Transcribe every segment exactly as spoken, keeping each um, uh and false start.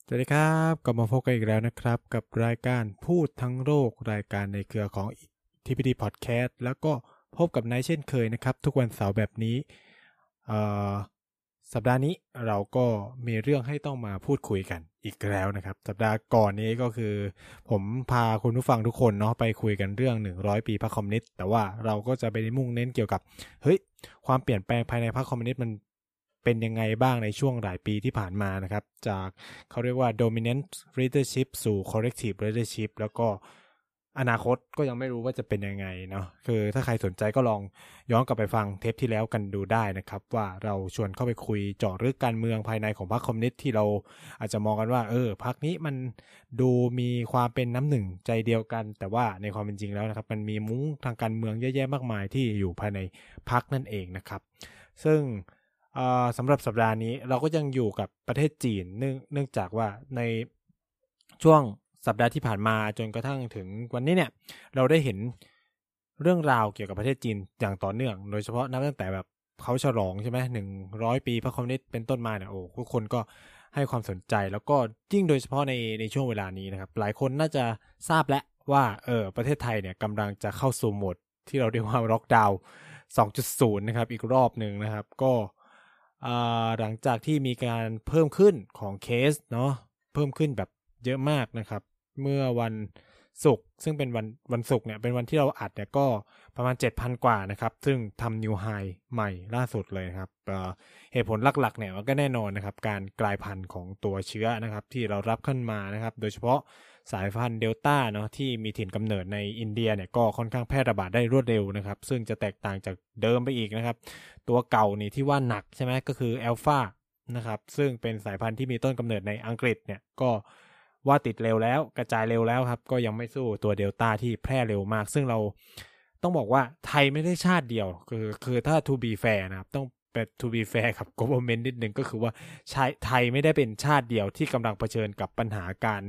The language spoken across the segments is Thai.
สวัสดีครับกลับมาพบกันอีกแล้วนะครับกับรายการพูดทั้งโลกรายการในเครือของ ที พี ดี Podcast แล้วก็พบกับนายเช่นเคยนะครับทุกวันเสาร์แบบนี้เอ่อสัปดาห์นี้เราก็มีเรื่องให้ต้องมาพูดคุยกันอีกแล้วนะครับสัปดาห์ก่อนนี้ก็คือผมพาคุณผู้ฟังทุกคนเนาะไปคุยกันเรื่องหนึ่งร้อยปีพรรคคอมมิวนิสต์แต่ว่าเราก็จะไปมุ่งเน้นเกี่ยวกับเฮ้ยความเปลี่ยนแปลงภายในพรรคคอมมิวนิสต์มันเป็นยังไงบ้างในช่วงหลายปีที่ผ่านมานะครับจากเขาเรียกว่า dominant leadership สู่ collective leadership แล้วก็อนาคตก็ยังไม่รู้ว่าจะเป็นยังไงเนาะคือถ้าใครสนใจก็ลองย้อนกลับไปฟังเทปที่แล้วกันดูได้นะครับว่าเราชวนเข้าไปคุยเจาะลึกการเมืองภายในของพรรคคอมมิวนิสต์ที่เราอาจจะมองกันว่าเออพรรคนี้มันดูมีความเป็นน้ำหนึ่งใจเดียวกันแต่ว่าในความเป็นจริงแล้วนะครับมันมีมุ้งทางการเมืองเยอะแยะมากมายที่อยู่ภายในพรรคนั่นเองนะครับซึ่งสำหรับสัปดาห์นี้เราก็ยังอยู่กับประเทศจีนเนื่องเนื่องจากว่าในช่วงสัปดาห์ที่ผ่านมาจนกระทั่งถึงวันนี้เนี่ยเราได้เห็นเรื่องราวเกี่ยวกับประเทศจีนอย่างต่อเนื่องโดยเฉพาะนับตั้งแต่แบบเขาฉลองใช่ไหมหนึ่งร้อยปีพรรคคอมมิวนิสต์เป็นต้นมาเนี่ยโอ้ทุกคนก็ให้ความสนใจแล้วก็ยิ่งโดยเฉพาะในในช่วงเวลานี้นะครับหลายคนน่าจะทราบแล้วว่าเออประเทศไทยเนี่ยกำลังจะเข้าสู่โหมดที่เราเรียกว่าล็อกดาวน์ สองจุดศูนย์ นะครับอีกรอบหนึ่งนะครับก็หลังจากที่มีการเพิ่มขึ้นของเคสเนาะเพิ่มขึ้นแบบเยอะมากนะครับเมื่อวันศุกร์ซึ่งเป็นวันวันศุกร์เนี่ยเป็นวันที่เราอัดเนี่ยก็ประมาณ เจ็ดพัน กว่านะครับซึ่งทำนิวไฮใหม่ล่าสุดเลยครับเหตุผลหลักๆเนี่ยก็แน่นอนนะครับการกลายพันธุ์ของตัวเชื้อนะครับที่เรารับขึ้นมานะครับโดยเฉพาะสายพันธุ์เดลต้าเนาะที่มีถิ่นกำเนิดในอินเดียเนี่ยก็ค่อนข้างแพร่ระบาดได้รวดเร็วนะครับซึ่งจะแตกต่างจากเดิมไปอีกนะครับตัวเก่านี่ที่ว่าหนักใช่ไหมก็คืออัลฟานะครับซึ่งเป็นสายพันธุ์ที่มีต้นกำเนิดในอังกฤษเนี่ยก็ว่าติดเร็วแล้วกระจายเร็วแล้วครับก็ยังไม่สู้ตัวเดลต้าที่แพร่เร็วมากซึ่งเราต้องบอกว่าไทยไม่ได้ชาติเดียวคือคือถ้า to be fair นะครับต้องเป็น to be fair ครับ government นิดนึงก็คือว่าไทยไม่ได้เป็นชาติเดียวที่กำลังเผชิญกับปัญหาการ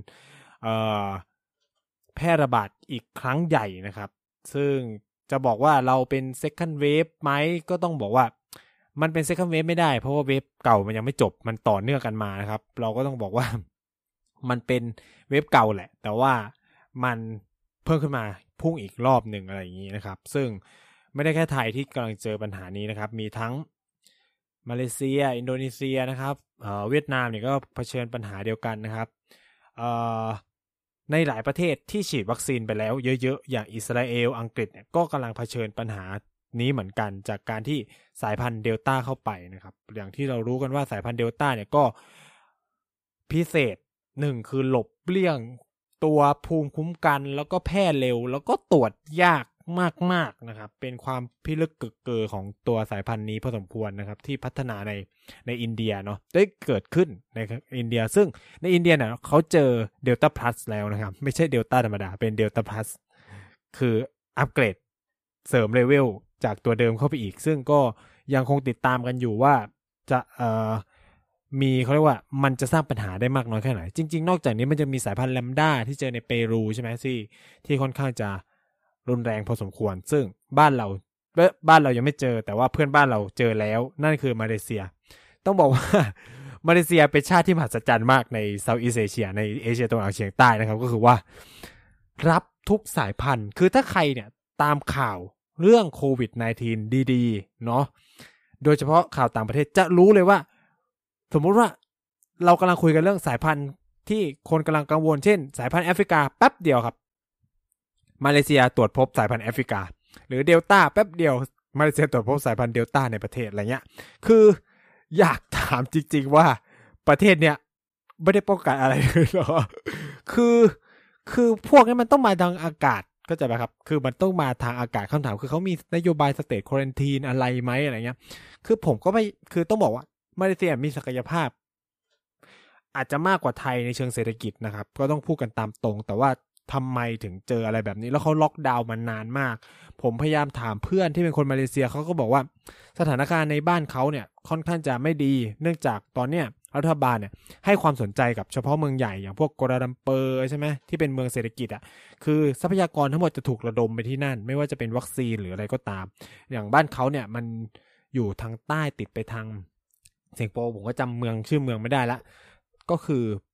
แพร่ระบาดอีกครั้งใหญ่นะครับซึ่งจะบอกว่าเราเป็น second wave ไหมก็ต้องบอกว่ามันเป็น second wave ไม่ได้เพราะว่าเวฟเก่ามันยังไม่จบมันต่อเนื่องกันมานะครับเราก็ต้องบอกว่ามันเป็นเวฟเก่าแหละแต่ว่ามันเพิ่มขึ้นมาพุ่งอีกรอบหนึ่งอะไรอย่างนี้นะครับซึ่งไม่ได้แค่ไทยที่กำลังเจอปัญหานี้นะครับมีทั้งมาเลเซียอินโดนีเซียนะครับเอ่อเวียดนามเนี่ยก็เผชิญปัญหาเดียวกันนะครับเอ่อในหลายประเทศที่ฉีดวัคซีนไปแล้วเยอะๆอย่างอิสราเอลอังกฤษเนี่ยก็กำลังเผชิญปัญหานี้เหมือนกันจากการที่สายพันธุ์เดลต้าเข้าไปนะครับอย่างที่เรารู้กันว่าสายพันธุ์เดลต้าเนี่ยก็พิเศษหนึ่งคือหลบเลี่ยงตัวภูมิคุ้มกันแล้วก็แพร่เร็วแล้วก็ตรวจยากมากๆนะครับเป็นความพิลึกกึกเกอของตัวสายพันธุ์นี้พอสมควรนะครับที่พัฒนาในในอินเดียเนาะได้เกิดขึ้นในอินเดียซึ่งในอินเดียเนี่ยเขาเจอเดลต้าพลัสแล้วนะครับไม่ใช่เดลต้าธรรมดาเป็นเดลต้าพลัสคืออัปเกรดเสริมเลเวลจากตัวเดิมเข้าไปอีกซึ่งก็ยังคงติดตามกันอยู่ว่าจะเอ่อมีเขาเรียกว่ามันจะสร้างปัญหาได้มากน้อยแค่ไหนจริงๆนอกจากนี้มันจะมีสายพันธุ์แลมด้าที่เจอในเปรูใช่ไหมที่ที่ค่อนข้างจะรุนแรงพอสมควรซึ่งบ้านเราบ้านเรายังไม่เจอแต่ว่าเพื่อนบ้านเราเจอแล้วนั่นคือมาเลเซียต้องบอกว่ามาเลเซียเป็นชาติที่มหัศจรรย์มากในเซาท์อีสต์เอเชียในเอเชียตะวันออกเฉียงใต้นะครับก็คือว่ารับทุกสายพันธุ์คือถ้าใครเนี่ยตามข่าวเรื่องโควิด สิบเก้า ดีๆเนาะโดยเฉพาะข่าวต่างประเทศจะรู้เลยว่าสมมุติว่าเรากำลังคุยกันเรื่องสายพันธุ์ที่คนกำลังกังวลเช่นสายพันธุ์แอฟริกาแป๊บเดียวครับมาเลเซียตรวจพบสายพันธุ์แอฟริกาหรือเดลต้าแป๊บเดียวมาเลเซียตรวจพบสายพันธุ์เดลต้าในประเทศอะไรเงี้ยคืออยากถามจริงๆว่าประเทศเนี้ยไม่ได้ป้องกันอะไรเลยหรอคือคือพวกนี้มันต้องมาทางอากาศก็จะแบบครับคือมันต้องมาทางอากาศคำถามคือเขามีนโยบายสเตทควอรันทีนอะไรไหมอะไรเงี้ยคือผมก็ไม่คือต้องบอกว่ามาเลเซียมีศักยภาพอาจจะมากกว่าไทยในเชิงเศรษฐกิจนะครับก็ต้องพูดกันตามตรงแต่ว่าทำไมถึงเจออะไรแบบนี้แล้วเขาล็อกดาวน์มานานมากผมพยายามถามเพื่อนที่เป็นคนมาเลเซียเขาก็บอกว่าสถานการณ์ในบ้านเขาเนี่ยค่อนข้างจะไม่ดีเนื่องจากตอนเนี้ยรัฐบาลเนี่ยให้ความสนใจกับเฉพาะเมืองใหญ่อย่างพวกกัวลาลัมเปอร์ใช่ไหมที่เป็นเมืองเศรษฐกิจอ่ะคือทรัพยากรทั้งหมดจะถูกระดมไปที่นั่นไม่ว่าจะเป็นวัคซีนหรืออะไรก็ตามอย่างบ้านเขาเนี่ยมันอยู่ทางใต้ติดไปทางสิงคโปร์ผมก็จำเมืองชื่อเมืองไม่ได้ละก็คือ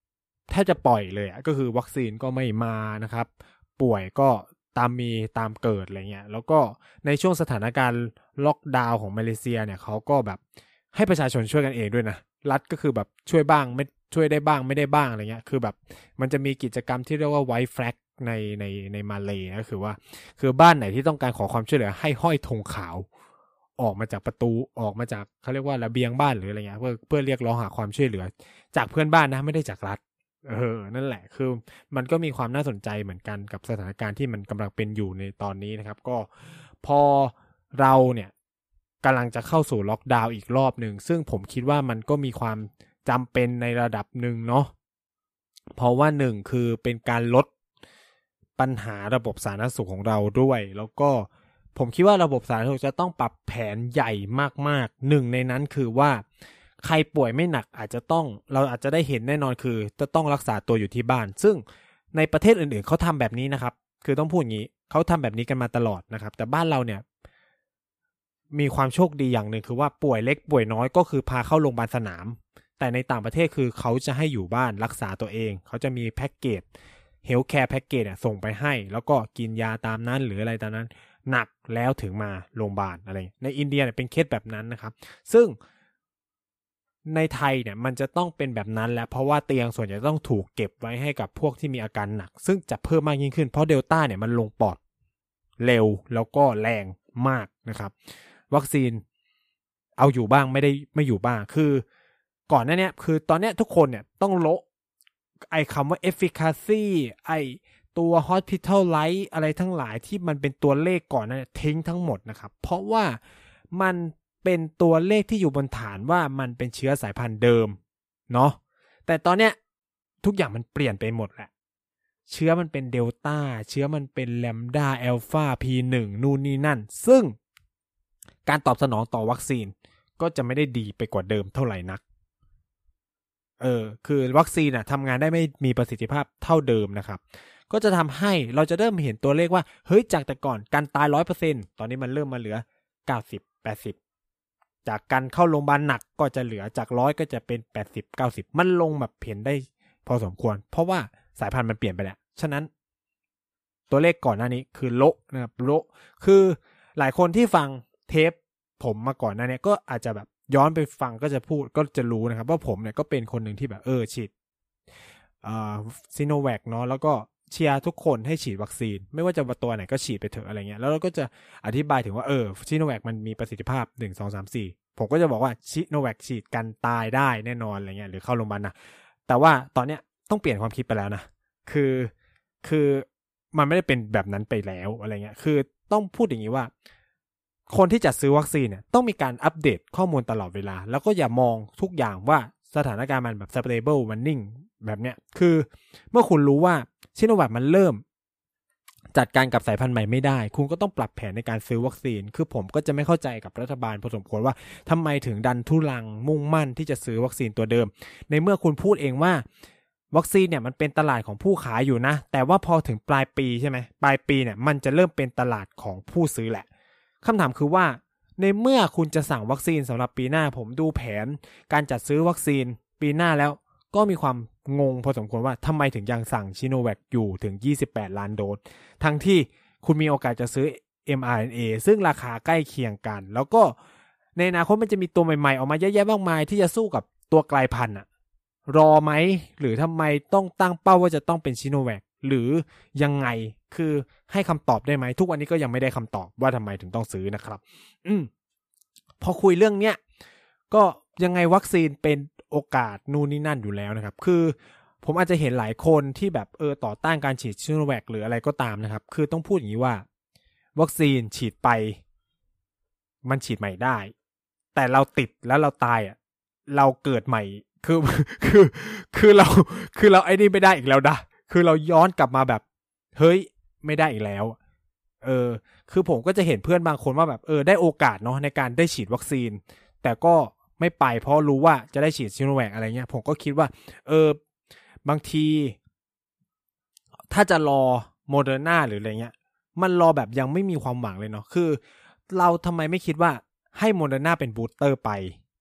แทบจะปล่อยเลยอ่ะก็คือวัคซีนก็ไม่มานะครับป่วยก็ตามมีตามเกิดอะไรเงี้ยแล้วก็ในช่วงสถานการณ์ล็อกดาวน์ของมาเลเซียเนี่ยเขาก็แบบให้ประชาชนช่วยกันเองด้วยนะรัฐก็คือแบบช่วยบ้างไม่ช่วยได้บ้างไม่ได้บ้างอะไรเงี้ยคือแบบมันจะมีกิจกรรมที่เรียกว่า White Flag ในในในมาเลย์ก็คือว่าคือบ้านไหนที่ต้องการขอความช่วยเหลือให้ห้อยธงขาวออกมาจากประตูออกมาจากเขาเรียกว่าระเบียงบ้านหรืออะไรเงี้ยเพื่อเพื่อเรียกร้องหาความช่วยเหลือจากเพื่อนบ้านนะไม่ได้จากรัฐเออนั่นแหละคือมันก็มีความน่าสนใจเหมือนกันกับสถานการณ์ที่มันกำลังเป็นอยู่ในตอนนี้นะครับก็พอเราเนี่ยกำลังจะเข้าสู่ล็อกดาวน์อีกรอบหนึ่งซึ่งผมคิดว่ามันก็มีความจำเป็นในระดับหนึ่งเนาะเพราะว่าหนึ่งคือเป็นการลดปัญหาระบบสาธารณสุขของเราด้วยแล้วก็ผมคิดว่าระบบสาธารณสุขจะต้องปรับแผนใหญ่มากๆหนึ่งในนั้นคือว่าใครป่วยไม่หนักอาจจะต้องเราอาจจะได้เห็นแน่นอนคือจะต้องรักษาตัวอยู่ที่บ้านซึ่งในประเทศอื่นๆเขาทำแบบนี้นะครับคือต้องพูดอย่างนี้เขาทำแบบนี้กันมาตลอดนะครับแต่บ้านเราเนี่ยมีความโชคดีอย่างหนึ่งคือว่าป่วยเล็กป่วยน้อยก็คือพาเข้าโรงพยาบาลสนามแต่ในต่างประเทศคือเขาจะให้อยู่บ้านรักษาตัวเองเขาจะมีแพ็กเกจเฮลท์แคร์แพ็กเกจส่งไปให้แล้วก็กินยาตามนั้นหรืออะไรตามนั้นหนักแล้วถึงมาโรงพยาบาลอะไรในอินเดียเนี่ยเป็นเคสแบบนั้นนะครับซึ่งในไทยเนี่ยมันจะต้องเป็นแบบนั้นแล้วเพราะว่าเตียงส่วนใหญ่ต้องถูกเก็บไว้ให้กับพวกที่มีอาการหนักซึ่งจะเพิ่มมากยิ่งขึ้นเพราะเดลต้าเนี่ยมันลงปอดเร็วแล้วก็แรงมากนะครับวัคซีนเอาอยู่บ้างไม่ได้ไม่อยู่บ้างคือก่อนหน้านี้คือตอนนี้ทุกคนเนี่ยต้องโละไอ้คำว่า efficacy ไอ้ตัว hospitalize อะไรทั้งหลายที่มันเป็นตัวเลขก่อนนั้นทิ้งทั้งหมดนะครับเพราะว่ามันเป็นตัวเลขที่อยู่บนฐานว่ามันเป็นเชื้อสายพันธุ์เดิมเนาะแต่ตอนเนี้ยทุกอย่างมันเปลี่ยนไปหมดแหละเชื้อมันเป็นเดลต้าเชื้อมันเป็นแลมดาอัลฟา พี หนึ่ง นู่นนี่นั่นซึ่งการตอบสนองต่อวัคซีนก็จะไม่ได้ดีไปกว่าเดิมเท่าไหร่นักเออคือวัคซีนน่ะทำงานได้ไม่มีประสิทธิภาพเท่าเดิมนะครับก็จะทำให้เราจะเริ่มเห็นตัวเลขว่าเฮ้ยจากแต่ก่อนการตาย ร้อยเปอร์เซ็นต์ ตอนนี้มันเริ่มมาเหลือเก้าสิบ แปดสิบจากการเข้าโรงพยาบาลหนักก็จะเหลือจากร้อยก็จะเป็นแปดสิบ เก้าสิบมันลงแบบเห็นได้พอสมควรเพราะว่าสายพันธุ์มันเปลี่ยนไปแล้วฉะนั้นตัวเลขก่อนหน้านี้คือโละนะครับโละคือหลายคนที่ฟังเทปผมมาก่อนหน้านี้ก็อาจจะแบบย้อนไปฟังก็จะพูดก็จะรู้นะครับว่าผมเนี่ยก็เป็นคนหนึ่งที่แบบเออฉีดอ่าซิโนแวคเนาะแล้วก็เชียร์ทุกคนให้ฉีดวัคซีนไม่ว่าจะตัวไหนก็ฉีดไปเถอะอะไรเงี้ยแล้วเราก็จะอธิบายถึงว่าเออซิโนแวคมันมีประสิทธิภาพหนึ่ง สอง สาม สี่ผมก็จะบอกว่าซิโนแวคฉีดกันตายได้แน่นอนอะไรเงี้ยหรือเข้าโรงพยาบาลนะแต่ว่าตอนเนี้ยต้องเปลี่ยนความคิดไปแล้วนะคือคือมันไม่ได้เป็นแบบนั้นไปแล้วอะไรเงี้ยคือต้องพูดอย่างนี้ว่าคนที่จะซื้อวัคซีนเนี่ยต้องมีการอัปเดตข้อมูลตลอดเวลาแล้วก็อย่ามองทุกอย่างว่าสถานการณ์มันแบบ stable มันนิ่งแบบเนี้ยคือเมื่อคุณรู้ว่าซิโนแวคมันเริ่มจัดการกับสายพันธุ์ใหม่ไม่ได้คุณก็ต้องปรับแผนในการซื้อวัคซีนคือผมก็จะไม่เข้าใจกับรัฐบาลพอสมควรว่าทำไมถึงดันทุลังมุ่งมั่นที่จะซื้อวัคซีนตัวเดิมในเมื่อคุณพูดเองว่าวัคซีนเนี่ยมันเป็นตลาดของผู้ขายอยู่นะแต่ว่าพอถึงปลายปีใช่ไหมปลายปีเนี่ยมันจะเริ่มเป็นตลาดของผู้ซื้อแหละคำถามคือว่าในเมื่อคุณจะสั่งวัคซีนสำหรับปีหน้าผมดูแผนการจัดซื้อวัคซีนปีหน้าแล้วก็มีความงงพอสมควรว่าทำไมถึงยังสั่งชิโนแวคอยู่ถึงยี่สิบแปดล้านโดสทั้งที่คุณมีโอกาสจะซื้อ เอ็ม อาร์ เอ็น เอ ซึ่งราคาใกล้เคียงกันแล้วก็ในอนาคตมันจะมีตัวใหม่ๆออกมาเยอะแยะมากมายที่จะสู้กับตัวกลายพันธุ์อะรอไหมหรือทำไมต้องตั้งเป้าว่าจะต้องเป็นชิโนแวคหรือยังไงคือให้คำตอบได้ไหมทุกวันนี้ก็ยังไม่ได้คำตอบว่าทำไมถึงต้องซื้อนะครับอืมพอคุยเรื่องเนี้ยก็ยังไงวัคซีนเป็นโอกาสนู่นนี่นั่นอยู่แล้วนะครับคือผมอาจจะเห็นหลายคนที่แบบเออต่อต้านการฉีดซิโนแวคหรืออะไรก็ตามนะครับคือต้องพูดอย่างนี้ว่าวัคซีนฉีดไปมันฉีดใหม่ได้แต่เราติดแล้วเราตายอ่ะเราเกิดใหม่คือคือคือเราคือเราไอ้นี่ไม่ได้อีกแล้วนะคือเราย้อนกลับมาแบบเฮ้ยไม่ได้อีกแล้วเออคือผมก็จะเห็นเพื่อนบางคนว่าแบบเออได้โอกาสเนาะในการได้ฉีดวัคซีนแต่ก็ไม่ไปเพราะรู้ว่าจะได้ฉีดซิโนแวคอะไรเงี้ยผมก็คิดว่าเออบางทีถ้าจะรอโมเดอร์นาหรืออะไรเงี้ยมันรอแบบยังไม่มีความหวังเลยเนาะคือเราทำไมไม่คิดว่าให้โมเดอร์นาเป็นบูสเตอร์ไป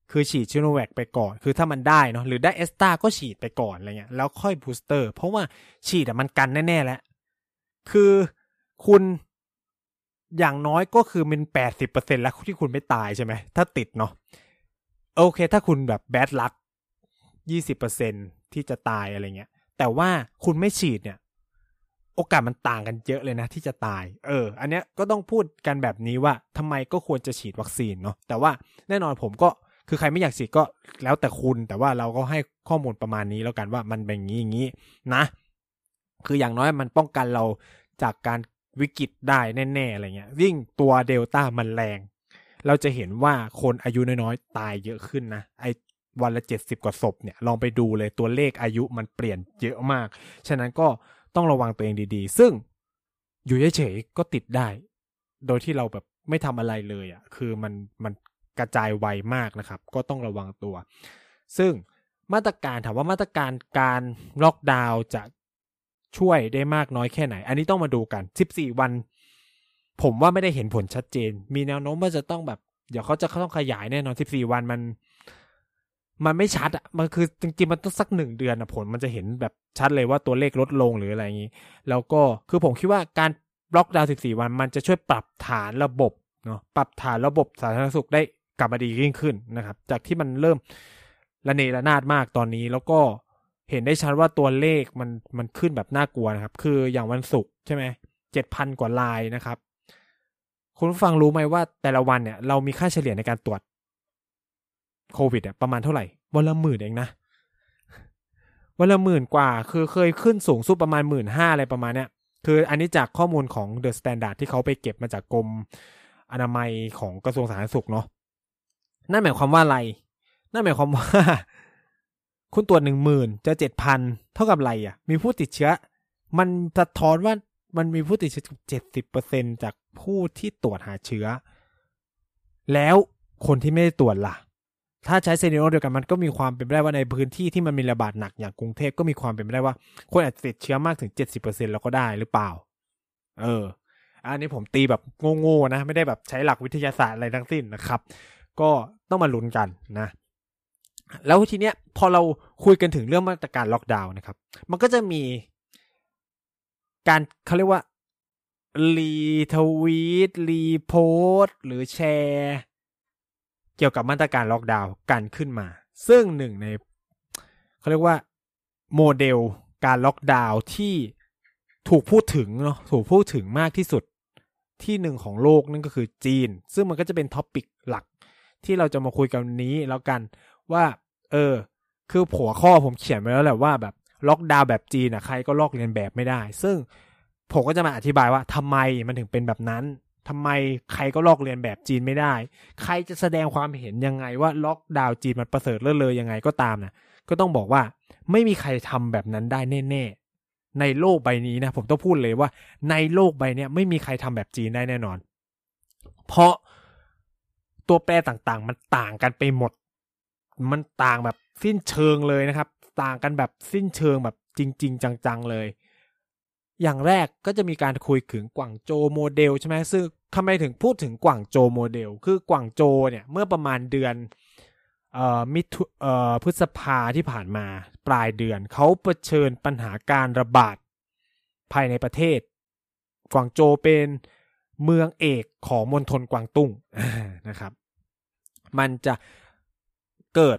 คือฉีดชิโนแวคไปก่อนคือถ้ามันได้เนาะหรือได้แอสตราก็ฉีดไปก่อนอะไรเงี้ยแล้วค่อยบูสเตอร์เพราะว่าฉีดอะมันกันแน่ๆแล้วคือคุณอย่างน้อยก็คือมัน แปดสิบเปอร์เซ็นต์ แล้วที่คุณไม่ตายใช่ไหมถ้าติดเนาะโอเคถ้าคุณแบบแบดลัค ยี่สิบเปอร์เซ็นต์ ที่จะตายอะไรเงี้ยแต่ว่าคุณไม่ฉีดเนี่ยโอกาสมันต่างกันเยอะเลยนะที่จะตายเอออันเนี้ยก็ต้องพูดกันแบบนี้ว่าทำไมก็ควรจะฉีดวัคซีนเนาะแต่ว่าแน่นอนผมก็คือใครไม่อยากฉีดก็แล้วแต่คุณแต่ว่าเราก็ให้ข้อมูลประมาณนี้แล้วกันว่ามันเป็นอย่างนี้อย่างนี้นะคืออย่างน้อยมันป้องกันเราจากการวิกฤตได้แน่ๆอะไรเงี้ยยิ่งตัวเดลต้ามันแรงเราจะเห็นว่าคนอายุน้อยๆตายเยอะขึ้นนะไอวันละเจ็ดสิบกว่าศพเนี่ยลองไปดูเลยตัวเลขอายุมันเปลี่ยนเยอะมากฉะนั้นก็ต้องระวังตัวเองดีๆซึ่งอยู่เฉยๆก็ติดได้โดยที่เราแบบไม่ทำอะไรเลยอ่ะคือมันมันกระจายไวมากนะครับก็ต้องระวังตัวซึ่งมาตรการถามว่ามาตรการการล็อกดาวน์จะช่วยได้มากน้อยแค่ไหนอันนี้ต้องมาดูกันสิบสี่วันผมว่าไม่ได้เห็นผลชัดเจนมีแนวโน้มว่าจะต้องแบบเดี๋ยวเขาจะเขาต้องขยายแน่นอนสิบสี่วันมันมันไม่ชัดอ่ะมันคือจริงๆมันต้องสักหนึ่งเดือนอ่ะผลมันจะเห็นแบบชัดเลยว่าตัวเลขลดลงหรืออะไรอย่างนี้แล้วก็คือผมคิดว่าการล็อกดาวน์สิบสี่วันมันจะช่วยปรับฐานระบบเนาะปรับฐานระบบสาธารณสุขได้กลับมาดียิ่งขึ้นนะครับจากที่มันเริ่มระเนระนาดมากตอนนี้แล้วก็เห็นได้ชัดว่าตัวเลขมันมันขึ้นแบบน่ากลัวนะครับคืออย่างวันศุกร์ใช่ไหมเจ็ดพันกว่ารายนะครับคุณผู้ฟังรู้ไหมว่าแต่ละวันเนี่ยเรามีค่าเฉลี่ยในการตรวจโควิดเนี่ยประมาณเท่าไหร่วันละหมื่นเองนะวันละหมื่นกว่าคือเคยขึ้นสูงสุดประมาณหมื่นห้าอะไรประมาณเนี้ยคืออันนี้จากข้อมูลของ The Standard ที่เขาไปเก็บมาจากกรมอนามัยของกระทรวงสาธารณสุขเนาะนั่นหมายความว่าอะไรนั่นหมายความว่าคุณตรวจหนึ่งหมื่นเจอเจ็ดพันเท่ากับอะไรอ่ะมีผู้ติดเชื้อมันสะท้อนว่ามันมีผู้ติดเชื้อเจ็ดสิบเปอร์เซ็นต์จากผู้ที่ตรวจหาเชื้อแล้วคนที่ไม่ได้ตรวจล่ะถ้าใช้ซีนาริโอเดียวกันมันก็มีความเป็นไปได้ว่าในพื้นที่ที่มันมีระบาดหนักอย่างกรุงเทพก็มีความเป็นไปได้ว่าคนอาจจะติดเชื้อมากถึง เจ็ดสิบเปอร์เซ็นต์ แล้วก็ได้หรือเปล่าเอออันนี้ผมตีแบบโง่ๆนะไม่ได้แบบใช้หลักวิทยาศาสตร์อะไรทั้งสิ้นนะครับก็ต้องมาลุ้นกันนะแล้วทีเนี้ยพอเราคุยกันถึงเรื่องมาตรการล็อกดาวน์นะครับมันก็จะมีการเขาเรียกว่ารีทวีตรีโพสต์หรือแชร์เกี่ยวกับมาตรการล็อกดาวน์กันขึ้นมาซึ่งหนึ่งในเขาเรียกว่าโมเดลการล็อกดาวน์ที่ถูกพูดถึงเนาะถูกพูดถึงมากที่สุดที่หนึ่งของโลกนั่นก็คือจีนซึ่งมันก็จะเป็นท็อปิกหลักที่เราจะมาคุยกันนี้แล้วกันว่าเออคือหัวข้อผมเขียนไว้แล้วแหละว่าแบบล็อกดาวน์แบบจีนอ่ะใครก็ลอกเลียนแบบไม่ได้ซึ่งผมก็จะมาอธิบายว่าทำไมมันถึงเป็นแบบนั้นทำไมใครก็ลอกเลียนแบบจีนไม่ได้ใครจะแสดงความเห็นยังไงว่าล็อกดาวน์จีนมันประเสริฐเลิศเลอยังไงก็ตามนะก็ต้องบอกว่าไม่มีใครทำแบบนั้นได้แน่ๆในโลกใบนี้นะผมต้องพูดเลยว่าในโลกใบนี้ไม่มีใครทำแบบจีนได้แน่นอนเพราะตัวแปรต่างๆมันต่างกันไปหมดมันต่างแบบสิ้นเชิงเลยนะครับต่างกันแบบสิ้นเชิงแบบจริงๆจังๆเลยอย่างแรกก็จะมีการคุยถึงกวางโจวโมเดลใช่ไหมซึ่งทำไมถึงพูดถึงกวางโจวโมเดลคือกวางโจวเนี่ยเมื่อประมาณเดือนเอ่อมิถุเอ่อพฤษภาที่ผ่านมาปลายเดือนเขาเผชิญปัญหาการระบาดภายในประเทศกวางโจวเป็นเมืองเอกของมณฑลกวางตุ้งนะครับมันจะเกิด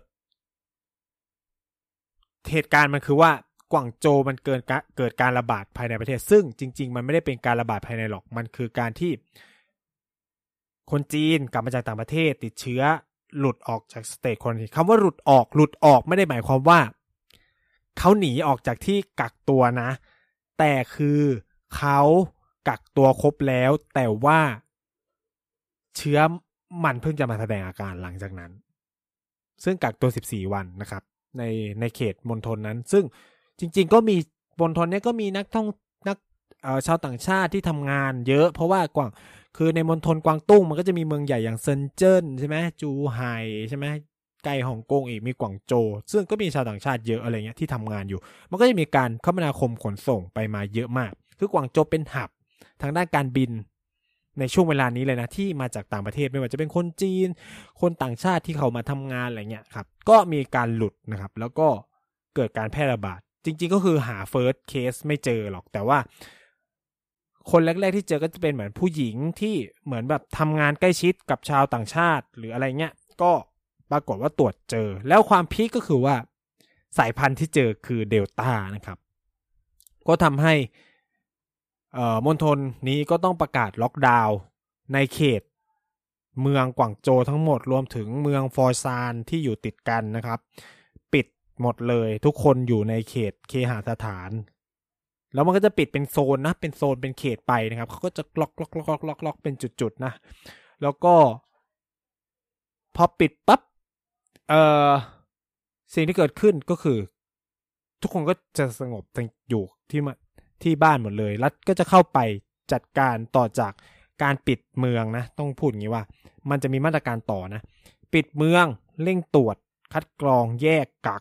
เหตุการณ์มันคือว่ากวางโจวมันเกิดเกิดการระบาดภายในประเทศซึ่งจริงๆมันไม่ได้เป็นการระบาดภายในหรอกมันคือการที่คนจีนกลับมาจากต่างประเทศติดเชื้อหลุดออกจากสเตทควอรันทีนคำว่าหลุดออกหลุดออกไม่ได้หมายความว่าเขาหนีออกจากที่กักตัวนะแต่คือเขากักตัวครบแล้วแต่ว่าเชื้อมันเพิ่งจะมาแสดงอาการหลังจากนั้นซึ่งกักตัวสิบสี่วันนะครับในในเขตมณฑลนั้นซึ่งจริงๆก็มีมณฑลนี้ก็มีนักท่องนักเอ่อชาวต่างชาติที่ทำงานเยอะเพราะว่ากวางคือในมณฑลกวางตุ้งมันก็จะมีเมืองใหญ่อย่างเซินเจิ้นใช่ไหมจูไห่ใช่ไหมใกล้ฮ่องกงอีกมีกวางโจวซึ่งก็มีชาวต่างชาติเยอะอะไรเงี้ยที่ทำงานอยู่มันก็จะมีการคมนาคมขนส่งไปมาเยอะมากคือกวางโจวเป็นหับทางด้านการบินในช่วงเวลานี้เลยนะที่มาจากต่างประเทศไม่ว่าจะเป็นคนจีนคนต่างชาติที่เขามาทำงานอะไรเงี้ยครับก็มีการหลุดนะครับแล้วก็เกิดการแพร่ระบาดจริงๆก็คือหา first case ไม่เจอหรอกแต่ว่าคนแรกๆที่เจอก็จะเป็นเหมือนผู้หญิงที่เหมือนแบบทำงานใกล้ชิดกับชาวต่างชาติหรืออะไรเงี้ยก็ปรากฏว่าตรวจเจอแล้วความพีคก็คือว่าสายพันธุ์ที่เจอคือเดลต้านะครับก็ทำให้เอ่อมณฑลนี้ก็ต้องประกาศล็อกดาวน์ในเขตเมืองกวางโจวทั้งหมดรวมถึงเมืองฟอร์ซานที่อยู่ติดกันนะครับปิดหมดเลยทุกคนอยู่ในเขตเคหสถานแล้วมันก็จะปิดเป็นโซนนะเป็นโซนเป็นเขตไปนะครับเขาก็จะล็อกล็อกล็อกล็อกล็อกล็อกเป็นจุดๆนะแล้วก็พอปิดปั๊บเอ่อสิ่งที่เกิดขึ้นก็คือทุกคนก็จะสงบอยู่ที่ที่บ้านหมดเลยรัฐก็จะเข้าไปจัดการต่อจากการปิดเมืองนะต้องพูดอย่างนี้ว่ามันจะมีมาตรการต่อนะปิดเมืองเร่งตรวจคัดกรองแยกกัก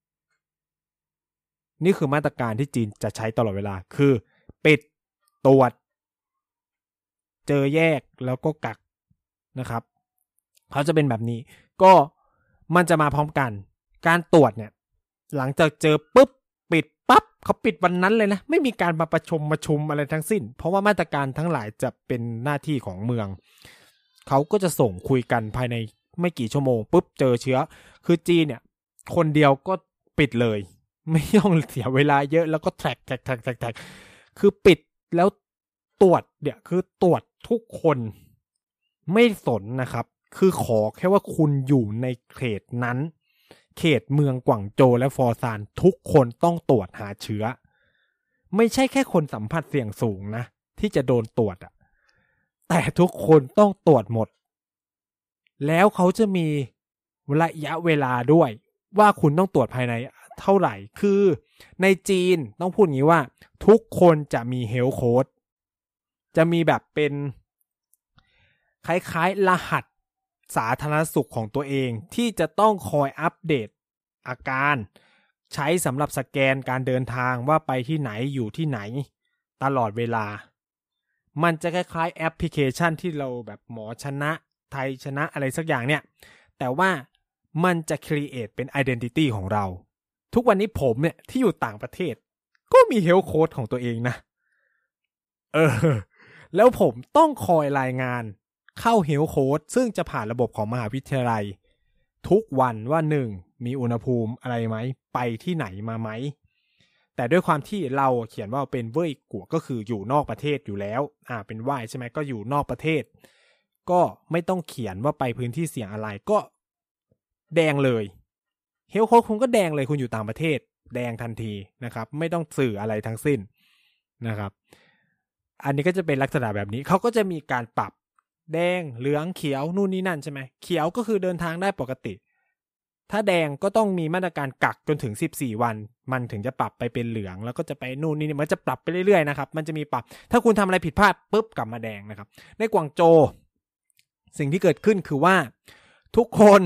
นี่คือมาตรการที่จีนจะใช้ตลอดเวลาคือปิดตรวจเจอแยกแล้วก็กักนะครับเขาจะเป็นแบบนี้ก็มันจะมาพร้อมกันการตรวจเนี่ยหลังจากเจอปุ๊บปิดปั๊บเขาปิดวันนั้นเลยนะไม่มีการมาประชุมประชุมอะไรทั้งสิ้นเพราะว่ามาตรการทั้งหลายจะเป็นหน้าที่ของเมืองเขาก็จะส่งคุยกันภายในไม่กี่ชั่วโมงปุ๊บเจอเชื้อคือจีนเนี่ยคนเดียวก็ปิดเลยไม่ต้องเสียเวลาเยอะแล้วก็แทร็กแทร็กแทร็กแทร็กแทร็กคือปิดแล้วตรวจเนี่ยคือตรวจทุกคนไม่สนนะครับคือขอแค่ว่าคุณอยู่ในเขตนั้นเขตเมืองกวางโจวและฟอร์ซานทุกคนต้องตรวจหาเชื้อไม่ใช่แค่คนสัมผัสเสี่ยงสูงนะที่จะโดนตรวจอ่ะแต่ทุกคนต้องตรวจหมดแล้วเขาจะมีระยะเวลาด้วยว่าคุณต้องตรวจภายในเท่าไหร่คือในจีนต้องพูดอย่างนี้ว่าทุกคนจะมีเฮลท์โค้ดจะมีแบบเป็นคล้ายๆรหัสสาธารณสุขของตัวเองที่จะต้องคอยอัปเดตอาการใช้สำหรับสแกนการเดินทางว่าไปที่ไหนอยู่ที่ไหนตลอดเวลามันจะคล้ายๆแอปพลิเคชันที่เราแบบหมอชนะไทยชนะอะไรสักอย่างเนี่ยแต่ว่ามันจะ create เป็น identity ของเราทุกวันนี้ผมเนี่ยที่อยู่ต่างประเทศก็มี health code ของตัวเองนะเออแล้วผมต้องคอยรายงานเข้า health code ซึ่งจะผ่านระบบของมหาวิทยาลัยทุกวันว่าหนึ่งมีอุณหภูมิอะไรไหมไปที่ไหนมาไหมแต่ด้วยความที่เราเขียนว่าเป็นเว่ยกัวก็คืออยู่นอกประเทศอยู่แล้วอ่าเป็นว่ายใช่ไหมก็อยู่นอกประเทศก็ไม่ต้องเขียนว่าไปพื้นที่เสี่ยงอะไรก็แดงเลยเฮลท์โค้ดคุณก็แดงเลยคุณอยู่ต่างประเทศแดงทันทีนะครับไม่ต้องสื่ออะไรทั้งสิ้นนะครับอันนี้ก็จะเป็นลักษณะแบบนี้เขาก็จะมีการปรับแดงเหลืองเขียวนู่นนี่นั่นใช่ไหมเขียวก็คือเดินทางได้ปกติถ้าแดงก็ต้องมีมาตรการกักจนถึงสิบสี่วันมันถึงจะปรับไปเป็นเหลืองแล้วก็จะไปนู่นนี่มันจะปรับไปเรื่อยๆนะครับมันจะมีปรับถ้าคุณทำอะไรผิดพลาดปุ๊บกลับมาแดงนะครับในกวางโจวสิ่งที่เกิดขึ้นคือว่าทุกคน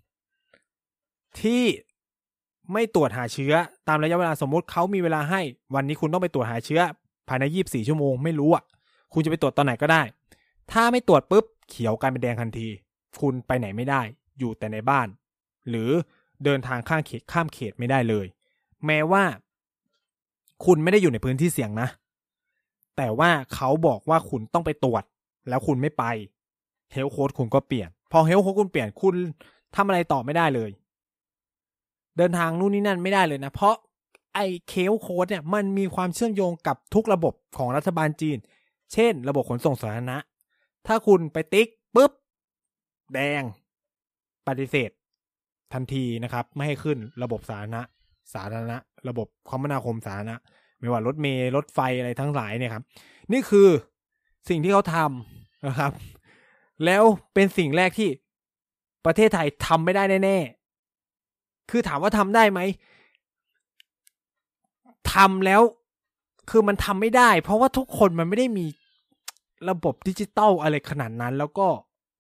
ที่ไม่ตรวจหาเชื้อตามระยะเวลาสมมติเขามีเวลาให้วันนี้คุณต้องไปตรวจหาเชื้อภายในยี่สิบสี่ชั่วโมงไม่รู้อ่ะคุณจะไปตรวจตอนไหนก็ได้ถ้าไม่ตรวจปุ๊บเขียวกลายเป็นแดงทันทีคุณไปไหนไม่ได้อยู่แต่ในบ้านหรือเดินทางข้ามเขตข้ามเขตไม่ได้เลยแม้ว่าคุณไม่ได้อยู่ในพื้นที่เสี่ยงนะแต่ว่าเขาบอกว่าคุณต้องไปตรวจแล้วคุณไม่ไปเฮลท์โค้ดคุณก็เปลี่ยนพอเฮลท์โค้ดคุณเปลี่ยนคุณทำอะไรต่อไม่ได้เลยเดินทางนู่นนี่นั่นไม่ได้เลยนะเพราะไอ้เฮลท์โค้ดเนี่ยมันมีความเชื่อมโยงกับทุกระบบของรัฐบาลจีนเช่นระบบขนส่งสาธารณะถ้าคุณไปติ๊กปุ๊บแดงปฏิเสธทันทีนะครับไม่ให้ขึ้นระบบสาธารณะสาธารณะระบบคมนาคมสาธารณะไม่ว่ารถเมล์รถไฟอะไรทั้งหลายเนี่ยครับนี่คือสิ่งที่เขาทำนะครับแล้วเป็นสิ่งแรกที่ประเทศไทยทำไม่ได้แน่ๆคือถามว่าทำได้ไหมทำแล้วคือมันทำไม่ได้เพราะว่าทุกคนมันไม่ได้มีระบบดิจิตอลอะไรขนาดนั้นแล้วก็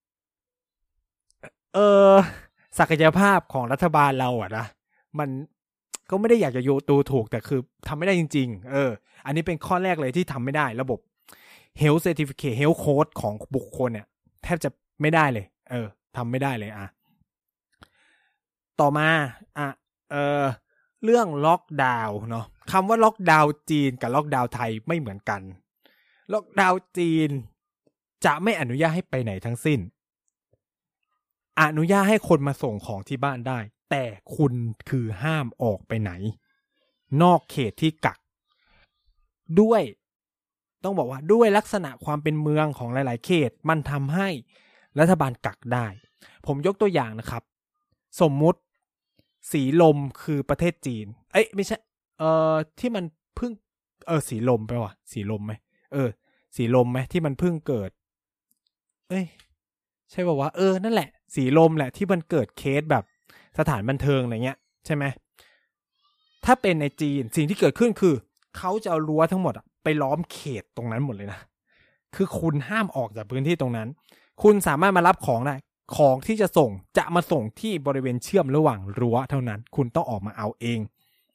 เออศักยภาพของรัฐบาลเราอะนะมันก็ไม่ได้อยากจะโยตูถูกแต่คือทำไม่ได้จริงๆเอออันนี้เป็นข้อแรกเลยที่ทำไม่ได้ระบบ health certificate health code ของบุคคลเนี่ยแทบจะไม่ได้เลยเออทำไม่ได้เลยอ่ะต่อมาอ่ะเออเรื่องล็อกดาวน์เนาะคำว่าล็อกดาวน์จีนกับล็อกดาวน์ไทยไม่เหมือนกันล็อกดาวน์จีนจะไม่อนุญาตให้ไปไหนทั้งสิ้นอนุญาตให้คนมาส่งของที่บ้านได้แต่คุณคือห้ามออกไปไหนนอกเขตที่กักด้วยต้องบอกว่าด้วยลักษณะความเป็นเมืองของหลายๆเขตมันทำให้รัฐบาลกักได้ผมยกตัวอย่างนะครับสมมุติสีลมคือประเทศจีนเอ้ยไม่ใช่เอ่อที่มันเพิ่งเออสีลมไปว่ะสีลมไหมเออสีลมไหมที่มันเพิ่งเกิดเอ้ยใช่ป่าววะเออนั่นแหละสีลมแหละที่มันเกิดเคสแบบสถานบันเทิงอะไรเงี้ยใช่ไหมถ้าเป็นในจีนสิ่งที่เกิดขึ้นคือเขาจะเอารั้วทั้งหมดไปล้อมเขตตรงนั้นหมดเลยนะคือคุณห้ามออกจากพื้นที่ตรงนั้นคุณสามารถมารับของได้ของที่จะส่งจะมาส่งที่บริเวณเชื่อมระหว่างรั้วเท่านั้นคุณต้องออกมาเอาเอง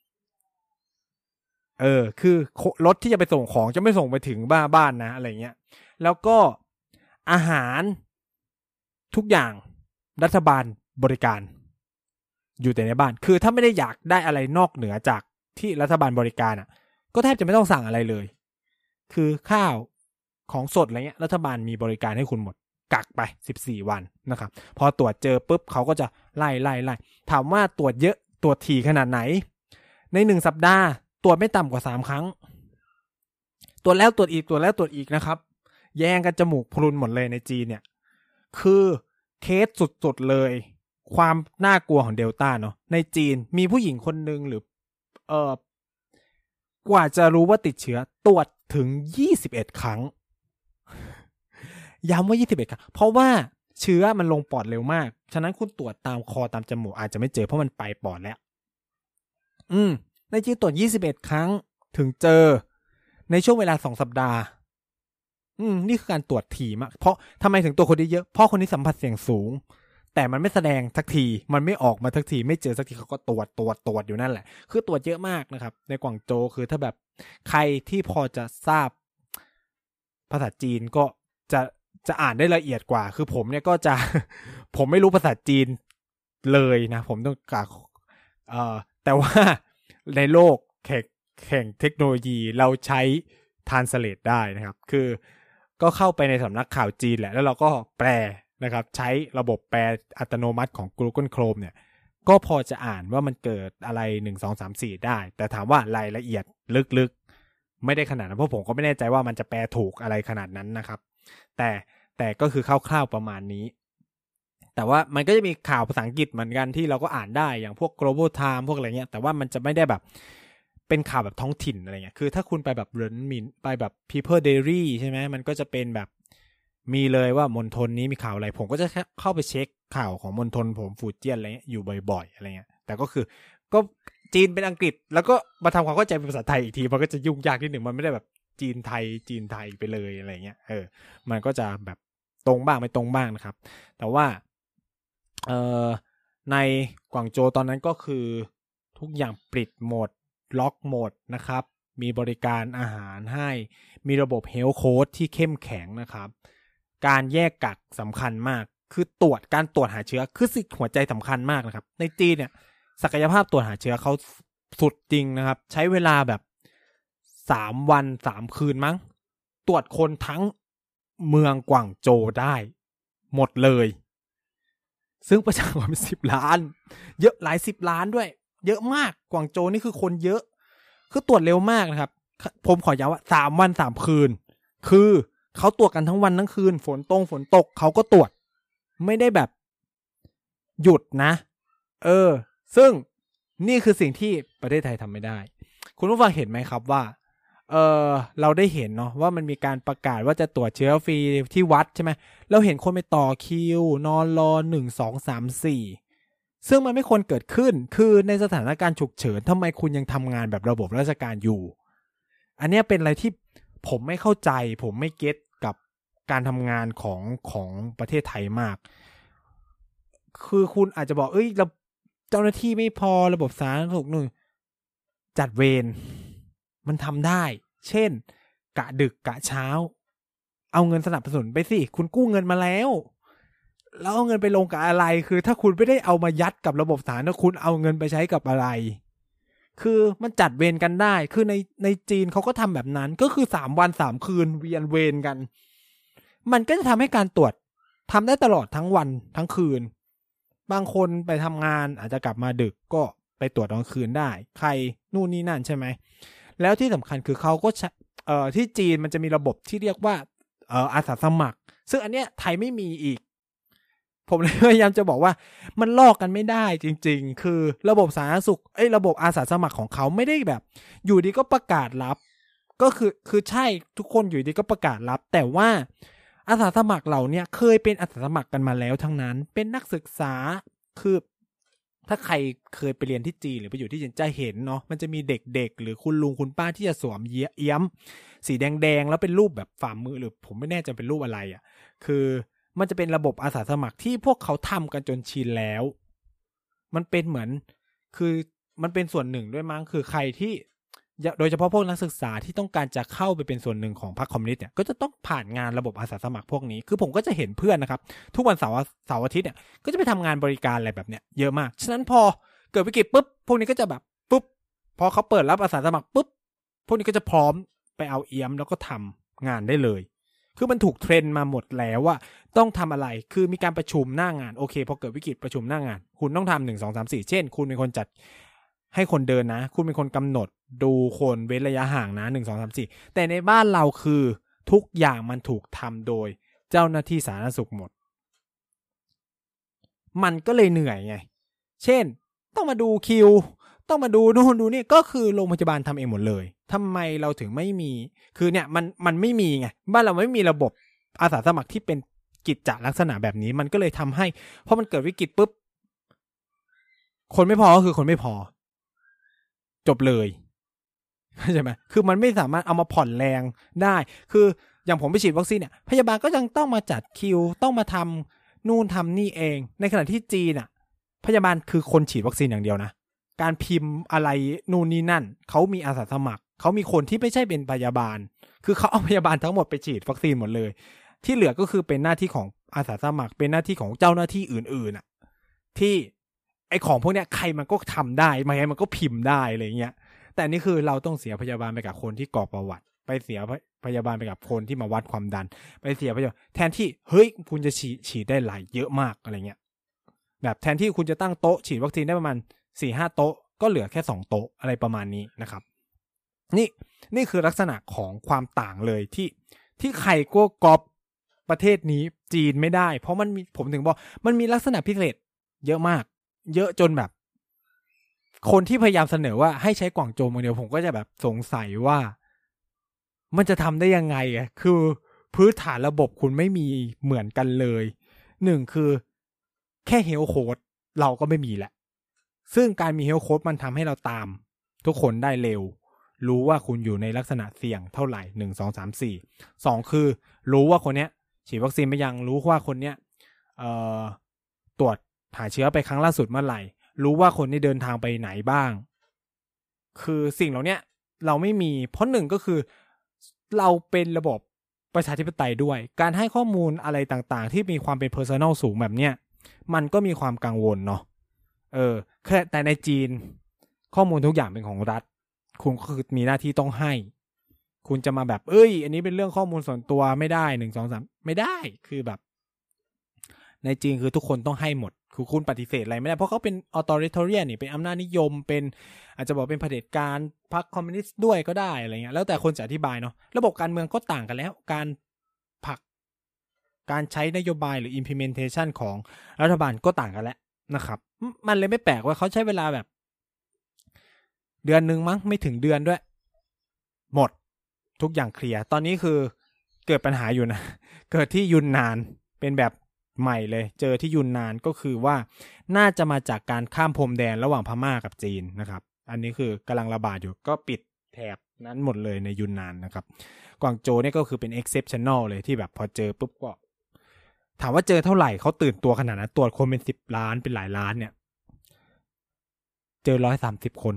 เออคือรถที่จะไปส่งของจะไม่ส่งไปถึงบ้านบ้านนะอะไรเงี้ยแล้วก็อาหารทุกอย่างรัฐบาลบริการอยู่แต่ในบ้านคือถ้าไม่ได้อยากได้อะไรนอกเหนือจากที่รัฐบาลบริการอ่ะก็แทบจะไม่ต้องสั่งอะไรเลยคือข้าวของสดอะไรเงี้ยรัฐบาลมีบริการให้คุณหมดกักไปสิบสี่วันนะครับพอตรวจเจอปุ๊บเขาก็จะไล่ไล่ไล่ถามว่าตรวจเยอะตรวจถี่ขนาดไหนในหนึ่งสัปดาห์ตรวจไม่ต่ำกว่าสามครั้งตรวจแล้วตรวจอีกตรวจแล้วตรวจอีกนะครับแย่งกันจมูกพรุนหมดเลยในจีนเนี่ยคือเคสสุดๆเลยความน่ากลัวของเดลต้าเนาะในจีนมีผู้หญิงคนนึงหรือเอ่อกว่าจะรู้ว่าติดเชื้อตรวจถึงยี่สิบเอ็ดครั้งย้ำว่ายี่สิบเอ็ดครั้งเพราะว่าเชื้อมันลงปอดเร็วมากฉะนั้นคุณตรวจตามคอตามจมูกอาจจะไม่เจอเพราะมันไปปอดแล้วอืมในจีนตรวจยี่สิบเอ็ดครั้งถึงเจอในช่วงเวลาสองสัปดาห์อืมนี่คือการตรวจถี่มากเพราะทำไมถึงตัวคนได้เยอะเพราะคนที่สัมผัสเสี่ยงสูงแต่มันไม่แสดงสักทีมันไม่ออกมาสักทีไม่เจอสักทีเขาก็ตรวจตรวจตรวจอยู่นั่นแหละคือตรวจเยอะมากนะครับในกวางโจวคือถ้าแบบใครที่พอจะทราบภาษาจีนก็จะจะอ่านได้ละเอียดกว่าคือผมเนี่ยก็จะ ผมไม่รู้ภาษาจีนเลยนะผมต้องกล่าวเอ่อแต่ว่าในโลกแข่งแข่งเทคโนโลยีเราใช้ translate ได้นะครับคือก็เข้าไปในสำนักข่าวจีนแหละแล้วเราก็แปลนะครับใช้ระบบแปลอัตโนมัติของ Google Chrome เนี่ยก็พอจะอ่านว่ามันเกิดอะไรหนึ่ง สอง สาม สี่ได้แต่ถามว่ารายละเอียดลึกๆไม่ได้ขนาดนั้นเพราะผมก็ไม่แน่ใจว่ามันจะแปลถูกอะไรขนาดนั้นนะครับแต่แต่ก็คือคร่าวๆประมาณนี้แต่ว่ามันก็จะมีข่าวภาษาอังกฤษเหมือนกันที่เราก็อ่านได้อย่างพวก Global Time พวกอะไรเงี้ยแต่ว่ามันจะไม่ได้แบบเป็นข่าวแบบท้องถิ่นอะไรเงี้ยคือถ้าคุณไปแบบเรนมินไปแบบ People Daily ใช่ไหมมันก็จะเป็นแบบมีเลยว่ามณฑลนี้มีข่าวอะไรผมก็จะเข้าไปเช็คข่าวของมณฑลผมฟูเจียนอะไรเงี้ยอยู่บ่อยๆอะไรเงี้ยแต่ก็คือก็จีนเป็นอังกฤษแล้วก็มาทำความเข้าใจเป็นภาษาไทยอีกทีมันก็จะยุ่งยากนิดหนึ่งมันไม่ได้แบบจีนไทยจีนไทยไปเลยอะไรเงี้ยเออมันก็จะแบบตรงบ้างไม่ตรงบ้างนะครับแต่ว่าเอ่อในกวางโจวตอนนั้นก็คือทุกอย่างปิดหมดล็อกหมดนะครับมีบริการอาหารให้มีระบบเฮลท์โค้ดที่เข้มแข็งนะครับการแยกกักสำคัญมากคือตรวจการตรวจหาเชื้อคือสิ่งหัวใจสำคัญมากนะครับในจีนเนี่ยศักยภาพตรวจหาเชื้อเขาสุดจริงนะครับใช้เวลาแบบสามวันสามคืนมั้งตรวจคนทั้งเมืองกวางโจวได้หมดเลยซึ่งประชากรเป็นสิบล้านเยอะหลายสิบล้านด้วยเยอะมากกวางโจวนี่คือคนเยอะคือตรวจเร็วมากนะครับผมขอย้ำว่าสามวันสามคืนคือเขาตรวจกันทั้งวันทั้งคืนฝนตกฝนตกเขาก็ตรวจไม่ได้แบบหยุดนะเออซึ่งนี่คือสิ่งที่ประเทศไทยทำไม่ได้คุณผู้ฟังเห็นไหมครับว่าเออเราได้เห็นเนาะว่ามันมีการประกาศว่าจะตรวจเชื้อฟรีที่วัดใช่ไหมเราเห็นคนไปต่อคิวนอนรอหนึ่งสองสามสี่ซึ่งมันไม่ควรเกิดขึ้นคือในสถานการณ์ฉุกเฉินทำไมคุณยังทำงานแบบระบบราชการอยู่อันนี้เป็นอะไรที่ผมไม่เข้าใจผมไม่เก็ตกับการทำงานของของประเทศไทยมากคือคุณอาจจะบอกเอ้ยเราเจ้าหน้าที่ไม่พอระบบสาธารณสุขหนึ่งจัดเวรมันทำได้เช่นกะดึกกะเช้าเอาเงินสนับสนุนไปสิคุณกู้เงินมาแล้วแล้วเอาเงินไปลงกับอะไรคือถ้าคุณไม่ได้เอามายัดกับระบบสาธารณะคุณเอาเงินไปใช้กับอะไรคือมันจัดเวรกันได้คือในในจีนเขาก็ทำแบบนั้นก็คือสามวันสามคืนเวียนเวรกันมันก็จะทำให้การตรวจทำได้ตลอดทั้งวันทั้งคืนบางคนไปทำงานอาจจะกลับมาดึกก็ไปตรวจตอนคืนได้ใครนู่นนี่นั่นใช่ไหมแล้วที่สำคัญคือเขาก็เอ่อที่จีนมันจะมีระบบที่เรียกว่าเอ่ออาสาสมัครซึ่งอันเนี้ยไทยไม่มีอีกผมเลยพยายามจะบอกว่ามันลอกกันไม่ได้จริงๆคือระบบสาธารณสุขเอ้ยระบบอาสาสมัครของเขาไม่ได้แบบอยู่ดีก็ประกาศรับก็คือคือใช่ทุกคนอยู่ดีก็ประกาศรับแต่ว่าอาสาสมัครเหล่านี้เคยเป็นอาสาสมัครกันมาแล้วทั้งนั้นเป็นนักศึกษาคือถ้าใครเคยไปเรียนที่จีนหรือไปอยู่ที่จีนจะเห็นเนาะมันจะมีเด็กๆหรือคุณลุงคุณป้าที่จะสวมเอี้ยมสีแดงๆแล้วเป็นรูปแบบฝ่ามือหรือผมไม่แน่ใจเป็นรูปอะไรอ่ะคือมันจะเป็นระบบอาสาสมัครที่พวกเขาทำกันจนชินแล้วมันเป็นเหมือนคือมันเป็นส่วนหนึ่งด้วยมั้งคือใครที่โดยเฉพาะพวกนักศึกษาที่ต้องการจะเข้าไปเป็นส่วนหนึ่งของพรรคคอมมิวนิสต์เนี่ยก็จะต้องผ่านงานระบบอาสาสมัครพวกนี้คือผมก็จะเห็นเพื่อนนะครับทุกวันเสาร์เสาร์อาทิตย์เนี่ยก็จะไปทำงานบริการอะไรแบบเนี้ยเยอะมากฉะนั้นพอเกิดวิกฤตปุ๊บพวกนี้ก็จะแบบปุ๊บพอเขาเปิดรับอาสาสมัครปุ๊บพวกนี้ก็จะพร้อมไปเอาเอี้ยมแล้วก็ทำงานได้เลยคือมันถูกเทรนมาหมดแล้วว่าต้องทำอะไรคือมีการประชุมหน้างานโอเคพอเกิดวิกฤตประชุมหน้างานคุณต้องทำหนึ่งสองสามสี่เช่นคุณเป็นคนจัดให้คนเดินนะคุณเป็นคนกำหนดดูคนเว้นระยะห่างนะหนึ่งสองสามสี่แต่ในบ้านเราคือทุกอย่างมันถูกทำโดยเจ้าหน้าที่สาธารณสุขหมดมันก็เลยเหนื่อยไงเช่นต้องมาดูคิวต้องมาดูโน่นดูนี่ก็คือโรงพยาบาลทำเองหมดเลยทำไมเราถึงไม่มีคือเนี่ยมันมันไม่มีไงบ้านเราไม่มีระบบอาสาสมัครที่เป็นกิจจลักษณะแบบนี้มันก็เลยทำให้พอมันเกิดวิกฤตปุ๊บคนไม่พอก็คือคนไม่พอจบเลยใช่ไหมคือมันไม่สามารถเอามาผ่อนแรงได้คืออย่างผมไปฉีดวัคซีนเนี่ยพยาบาลก็ยังต้องมาจัดคิวต้องมาทำนู่นทำนี่เองในขณะที่จีนอ่ะพยาบาลคือคนฉีดวัคซีนอย่างเดียวนะการพิมพ์อะไรนู่นนี่นั่นเขามีอาสาสมัครเขามีคนที่ไม่ใช่เป็นพยาบาลคือเขาเอาพยาบาลทั้งหมดไปฉีดวัคซีนหมดเลยที่เหลือก็คือเป็นหน้าที่ของอาสาสมัครเป็นหน้าที่ของเจ้าหน้าที่อื่นๆอ่ะที่ไอของพวกเนี้ยใครมันก็ทำได้ใครมันก็พิมพ์ได้อะไรเงี้ยแต่นี่คือเราต้องเสียพยาบาลไปกับคนที่กรอกประวัติไปเสียพยาบาลไปกับคนที่มาวัดความดันไปเสียพยาบาลแทนที่เฮ้ยคุณจะฉีดฉีดได้หลายเยอะมากอะไรเงี้ยแบบแทนที่คุณจะตั้งโต๊ะฉีดวัคซีนได้ประมาณ สี่ห้า โต๊ะก็เหลือแค่สองโต๊ะอะไรประมาณนี้นะครับนี่นี่คือลักษณะของความต่างเลยที่ที่ใครก็ก๊อปประเทศนี้จีนไม่ได้เพราะมันมีผมถึงบอกมันมีลักษณะพิเศษเยอะมากเยอะจนแบบคนที่พยายามเสนอว่าให้ใช้กวางโจวอย่างเดียวผมก็จะแบบสงสัยว่ามันจะทำได้ยังไงอ่ะคือพื้นฐานระบบคุณไม่มีเหมือนกันเลยหนึ่งคือแค่เฮลโค้ดเราก็ไม่มีแหละซึ่งการมีเฮลโค้ดมันทำให้เราตามทุกคนได้เร็วรู้ว่าคุณอยู่ในลักษณะเสี่ยงเท่าไหร่หนึ่ง สอง สาม สี่ สองคือรู้ว่าคนเนี้ยฉีดวัคซีนไปยังรู้ว่าคนเนี้ยเอ่อตรวจหาเชื้อไปครั้งล่าสุดเมื่อไหร่รู้ว่าคนนี้เดินทางไปไหนบ้างคือสิ่งเหล่านี้เราไม่มีเพราะหนึ่งก็คือเราเป็นระบบประชาธิปไตยด้วยการให้ข้อมูลอะไรต่างๆที่มีความเป็น personal สูงแบบเนี้ยมันก็มีความกังวลเนาะเออแต่ในจีนข้อมูลทุกอย่างเป็นของรัฐคุณคือมีหน้าที่ต้องให้คุณจะมาแบบเอ้ยอันนี้เป็นเรื่องข้อมูลส่วนตัวไม่ได้หนึ่ง สอง สามไม่ได้คือแบบในจีนคือทุกคนต้องให้หมดคือคุณปฏิเสธอะไรไม่ได้เพราะเขาเป็น authoritarian นี่เป็นอำนาจนิยมเป็นอาจจะบอกเป็นเผด็จการพรรคคอมมิวนิสต์ด้วยก็ได้อะไรเงี้ยแล้วแต่คนจะอธิบายเนาะระบบการเมืองก็ต่างกันแล้วการผลักการใช้นโยบายหรือ implementation ของรัฐบาลก็ต่างกันแล้วนะครับมันเลยไม่แปลกว่าเขาใช้เวลาแบบเดือนนึงมั้งไม่ถึงเดือนด้วยหมดทุกอย่างเคลียร์ตอนนี้คือเกิดปัญหาอยู่นะเกิดที่ยุนนานเป็นแบบใหม่เลยเจอที่ยุนนานก็คือว่าน่าจะมาจากการข้ามพรมแดนระหว่างพม่ากับจีนนะครับอันนี้คือกำลังระบาดอยู่ก็ปิดแถบนั้นหมดเลยในยุนนานนะครับกวางโจวเนี่ยก็คือเป็น exceptional เลยที่แบบพอเจอปุ๊บก็ถามว่าเจอเท่าไหร่เขาตื่นตัวขนาดนั้นตรวจคนเป็นสิบล้านเป็นหลายล้านเนี่ยเจอหนึ่งร้อยสามสิบคน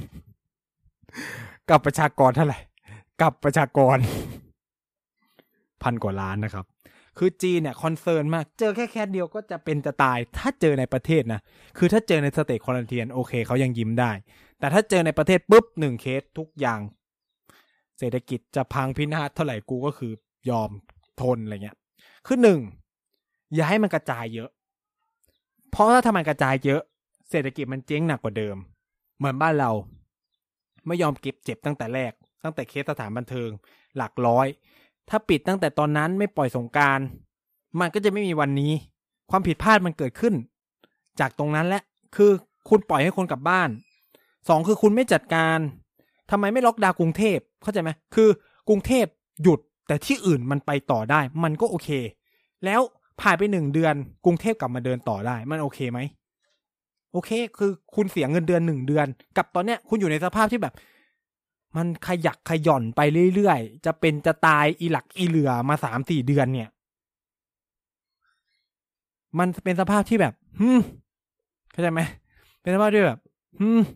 กับประชากรเท่าไหร่กับประชากรพันกว่าล้านนะครับคือจีนเนี่ยคอนเซิร์นมากเจอแค่แคสเดียวก็จะเป็นจะตายถ้าเจอในประเทศนะคือถ้าเจอในสเตทควอรันทีนโอเคเขายังยิ้มได้แต่ถ้าเจอในประเทศปุ๊บหนึ่งเคสทุกอย่างเศรษฐกิจจะพังพินาศเท่าไหร่กูก็คือยอมทนอะไรเงี้ยคือหนึ่งอย่าให้มันกระจายเยอะเพราะถ้าทำไมกระจายเยอะเศรษฐกิจมันเจ๊งหนักกว่าเดิมเหมือนบ้านเราไม่ยอมเก็บเจ็บตั้งแต่แรกตั้งแต่เคสสถานบันเทิงหลักร้อยถ้าปิดตั้งแต่ตอนนั้นไม่ปล่อยสงกรานต์มันก็จะไม่มีวันนี้ความผิดพลาดมันเกิดขึ้นจากตรงนั้นแหละคือคุณปล่อยให้คนกลับบ้านสองคือคุณไม่จัดการทำไมไม่ล็อกดาวน์กรุงเทพเข้าใจไหมคือกรุงเทพหยุดแต่ที่อื่นมันไปต่อได้มันก็โอเคแล้วผ่านไปหนึ่งเดือนกรุงเทพกลับมาเดินต่อได้มันโอเคไหมโอเคคือคุณเสียเงินเดือนหนึ่งเดือนกับตอนเนี้ยคุณอยู่ในสภาพที่แบบมันขยักขย่อนไปเรื่อยๆจะเป็นจะตายอีหลักอีเหลือมา สามสี่ เดือนเนี่ยมันเป็นสภาพที่แบบฮึมเข้าใจไหมเป็นสภาพที่แบบฮึม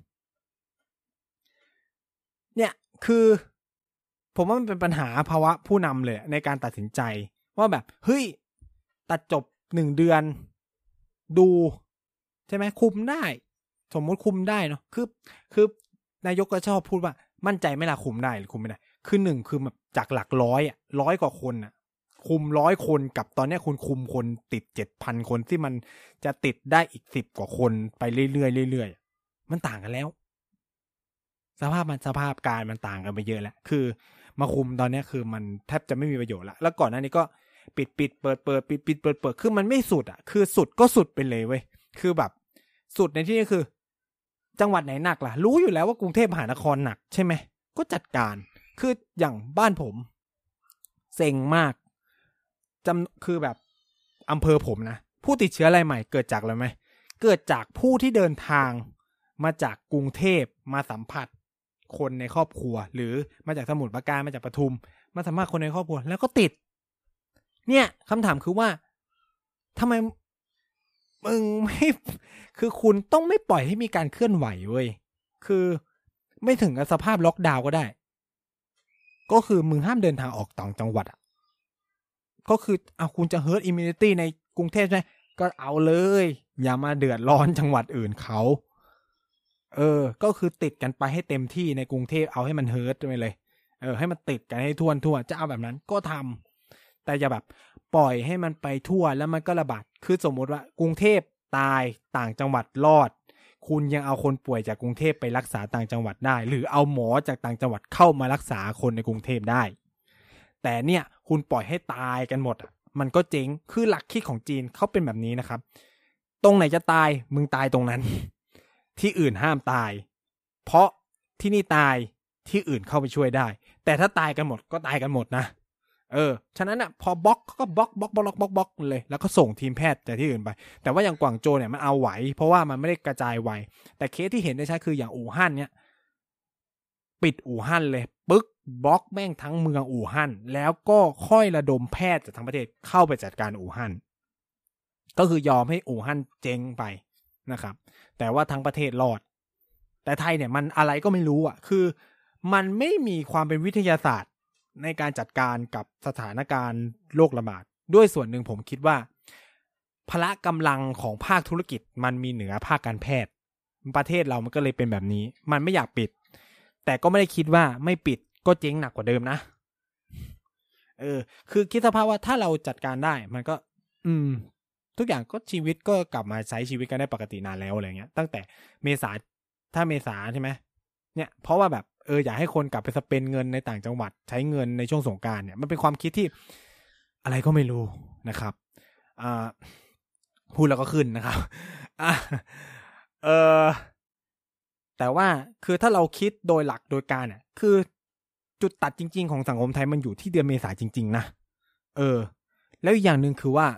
เนี่ยคือผมว่ามันเป็นปัญหาภาวะผู้นำเลยในการตัดสินใจว่าแบบเฮ้ยตัดจบหนึ่งเดือนดูใช่ไหมคุมได้สมมติคุมได้เนาะคือคือนายกก็ชอบพูดว่ามั่นใจไหมล่ะคุมได้หรือคุมไม่ได้คือหนึ่งคือแบบจากหลักร้อยอ่ะร้อยกว่าคนอ่ะคุมร้อยคนกับตอนนี้คุณคุมคนติดเจ็ดพันคนที่มันจะติดได้อีกสิบกว่าคนไปเรื่อยๆเรื่อยๆมันต่างกันแล้วสภาพมันสภาพการมันต่างกันไปเยอะแล้วคือมาคุมตอนนี้คือมันแทบจะไม่มีประโยชน์ละแล้วก่อนหน้านี้ก็ปิดปิดเปิดเปิดปิดปิดเปิดเปิดคือมันไม่สุดอ่ะคือสุดก็สุดไปเลยเว้ยคือแบบสุดในที่นี้คือจังหวัดไหนหนักล่ะรู้อยู่แล้วว่ากรุงเทพมหานครหนักใช่ไหมก็จัดการคืออย่างบ้านผมเซ็งมากจำคือแบบอำเภอผมนะผู้ติดเชื้อรายใหม่เกิดจากอะไรไหมเกิดจากผู้ที่เดินทางมาจากกรุงเทพมาสัมผัสคนในครอบครัวหรือมาจากสมุทรปราการมาจากปทุมมาสัมภาษณ์คนในครอบครัวแล้วก็ติดเนี่ยคำถามคือว่าทำไมมึงไม่คือคุณต้องไม่ปล่อยให้มีการเคลื่อนไหวเว้ยคือไม่ถึงกับสภาพล็อกดาวน์ก็ได้ก็คือมึงห้ามเดินทางออกต่างจังหวัดอ่ะก็คือเอาคุณจะ herd immunity ในกรุงเทพใช่ไหมก็เอาเลยอย่ามาเดือดร้อนจังหวัดอื่นเขาเออก็คือติดกันไปให้เต็มที่ในกรุงเทพเอาให้มันเฮิร์ตไปเลยเออให้มันติดกันให้ทั่วทั่วจะเอาแบบนั้นก็ทำแต่อย่าแบบปล่อยให้มันไปทั่วแล้วมันก็ระบาดคือสมมติว่ากรุงเทพตายต่างจังหวัดรอดคุณยังเอาคนป่วยจากกรุงเทพไปรักษาต่างจังหวัดได้หรือเอาหมอจากต่างจังหวัดเข้ามารักษาคนในกรุงเทพได้แต่เนี่ยคุณปล่อยให้ตายกันหมดมันก็เจ๊งคือหลักคิดของจีนเขาเป็นแบบนี้นะครับตรงไหนจะตายมึงตายตรงนั้นที่อื่นห้ามตายเพราะที่นี่ตายที่อื่นเข้าไปช่วยได้แต่ถ้าตายกันหมดก็ตายกันหมดนะเออฉะนั้นอ่ะพอบล็อกก็บล็อกบล็อกบล็อกบล็อกบล็อกเลยแล้วก็ส่งทีมแพทย์จากที่อื่นไปแต่ว่าอย่างกวางโจวเนี่ยมันเอาไหวเพราะว่ามันไม่ได้กระจายไวแต่เคสที่เห็นได้ชัดคืออย่างอู่ฮั่นเนี่ยปิดอู่ฮั่นเลยปึ๊กบล็อกแม่งทั้งเมืองอู่ฮั่นแล้วก็ค่อยระดมแพทย์จากทั้งประเทศเข้าไปจัดการอู่ฮั่นก็คือยอมให้อู่ฮั่นเจ๊งไปนะครับแต่ว่าทั้งประเทศรอดแต่ไทยเนี่ยมันอะไรก็ไม่รู้อ่ะคือมันไม่มีความเป็นวิทยาศาสตร์ในการจัดการกับสถานการณ์โรคระบาดด้วยส่วนหนึ่งผมคิดว่าพละกำลังของภาคธุรกิจมันมีเหนือภาคการแพทย์ประเทศเรามันก็เลยเป็นแบบนี้มันไม่อยากปิดแต่ก็ไม่ได้คิดว่าไม่ปิดก็เจ๊งหนักกว่าเดิมนะเออคือคิดสภาพว่าถ้าเราจัดการได้มันก็อืมทุกอย่างก็ชีวิตก็กลับมาใช้ชีวิตกันได้ปกตินานแล้วอะไรเงี้ยตั้งแต่เมษาถ้าเมษาใช่ไหมเนี่ยเพราะว่าแบบเอออยากให้คนกลับไปสเปนเงินในต่างจังหวัดใช้เงินในช่วงสงกรานต์เนี่ยมันเป็นความคิดที่อะไรก็ไม่รู้นะครับอ่าพูดแล้วก็ขึ้นนะครับอ่าเออแต่ว่าคือถ้าเราคิดโดยหลักโดยการอ่ะคือจุดตัดจริงๆของสังคมไทยมันอยู่ที่เดือนเมษาจริงๆนะเออแล้วอีกอย่างนึงคือว่า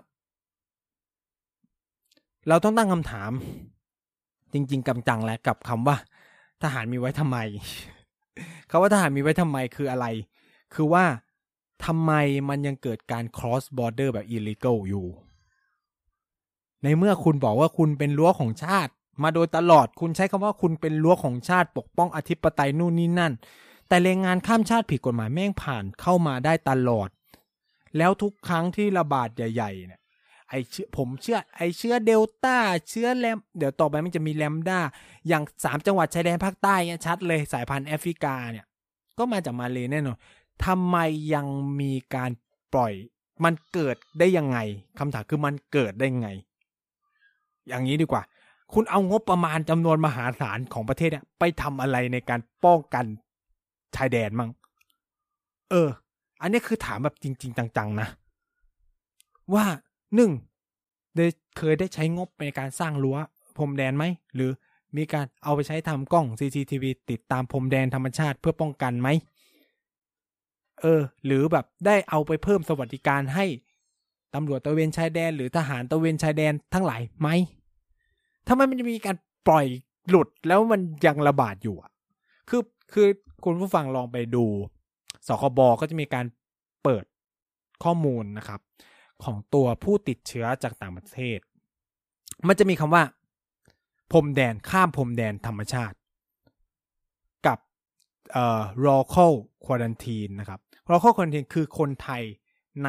เราต้องตั้งคำถามจริงๆกำจังและกับคำว่าทหารมีไว้ทำไมคำว่าทหารมีไว้ทำไมคืออะไรคือว่าทำไมมันยังเกิดการ cross border แบบ illegal อยู่ในเมื่อคุณบอกว่าคุณเป็นรั้วของชาติมาโดยตลอดคุณใช้คำว่าคุณเป็นรั้วของชาติปกป้องอธิปไตยนู่นนี่นั่นแต่แรงงานข้ามชาติผิดกฎหมายแม่งผ่านเข้ามาได้ตลอดแล้วทุกครั้งที่ระบาดใหญ่ๆเนี่ยไอเชื้อผมเชื่อไอเชื้อเดลต้าเชื้อแลมเดี๋ยวต่อไปมันจะมีแลมด้าอย่างสามจังหวัดชายแดนภาคใต้เนี่ยชัดเลยสายพันธุ์แอฟริกาเนี่ยก็มาจากมาเลแน่นอนทำไมยังมีการปล่อยมันเกิดได้ยังไงคำถามคือมันเกิดได้ไงอย่างนี้ดีกว่าคุณเอางบประมาณจำนวนมหาศาลของประเทศเนี่ยไปทำอะไรในการป้องกันชายแดนมั่งเอออันนี้คือถามแบบจริงๆจังๆนะว่าหนึ่งได้เคยได้ใช้งบในการสร้างรั้วพรมแดนไหมหรือมีการเอาไปใช้ทำกล้อง ซี ซี ที วี ติดตามพรมแดนธรรมชาติเพื่อป้องกันไหมเออหรือแบบได้เอาไปเพิ่มสวัสดิการให้ตำรวจตระเวนชายแดนหรือทหารตระเวนชายแดนทั้งหลายไหมทำไมมันจะมีการปล่อยหลุดแล้วมันยังระบาดอยู่อ่ะคือคือคุณผู้ฟังลองไปดูสคบก็จะมีการเปิดข้อมูลนะครับของตัวผู้ติดเชื้อจากต่างประเทศมันจะมีคำว่าพรมแดนข้ามพรมแดนธรรมชาติกับเอ่อ local quarantine นะครับ local quarantine คือคนไทยใน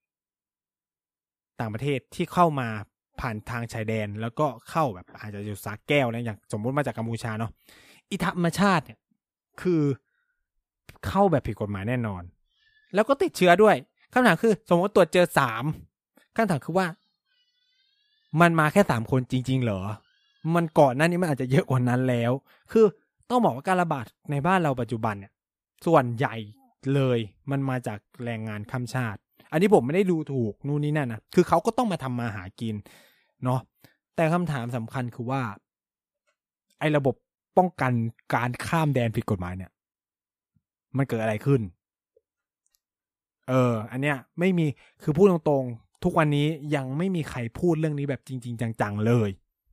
ต่างประเทศที่เข้ามาผ่านทางชายแดนแล้วก็เข้าแบบอาจจะอยู่สาแก้วนะอย่างสมมุติมาจากกัมพูชาเนาะอีธรรมชาติเนี่ยคือเข้าแบบผิดกฎหมายแน่นอนแล้วก็ติดเชื้อด้วยคำถามคือสมมติตรวจเจอสามคำถามคือว่ามันมาแค่สามคนจริงๆเหรอมันก่อนหน้านี้มันอาจจะเยอะกว่านั้นแล้วคือต้องบอกว่าการระบาดในบ้านเราปัจจุบันเนี่ยส่วนใหญ่เลยมันมาจากแรงงานข้ามชาติอันนี้ผมไม่ได้ดูถูกนู่นนี่นั่นนะคือเขาก็ต้องมาทำมาหากินเนาะแต่คำถามสำคัญคือว่าไอ้ระบบป้องกันการข้ามแดนผิดกฎหมายเนี่ยมันเกิดอะไรขึ้นเอออันเนี้ยไม่มีคือพูดตรงๆทุกวันนี้ยังไม่มีใครพูดเรื่องนี้แบบจริงๆจังๆเลย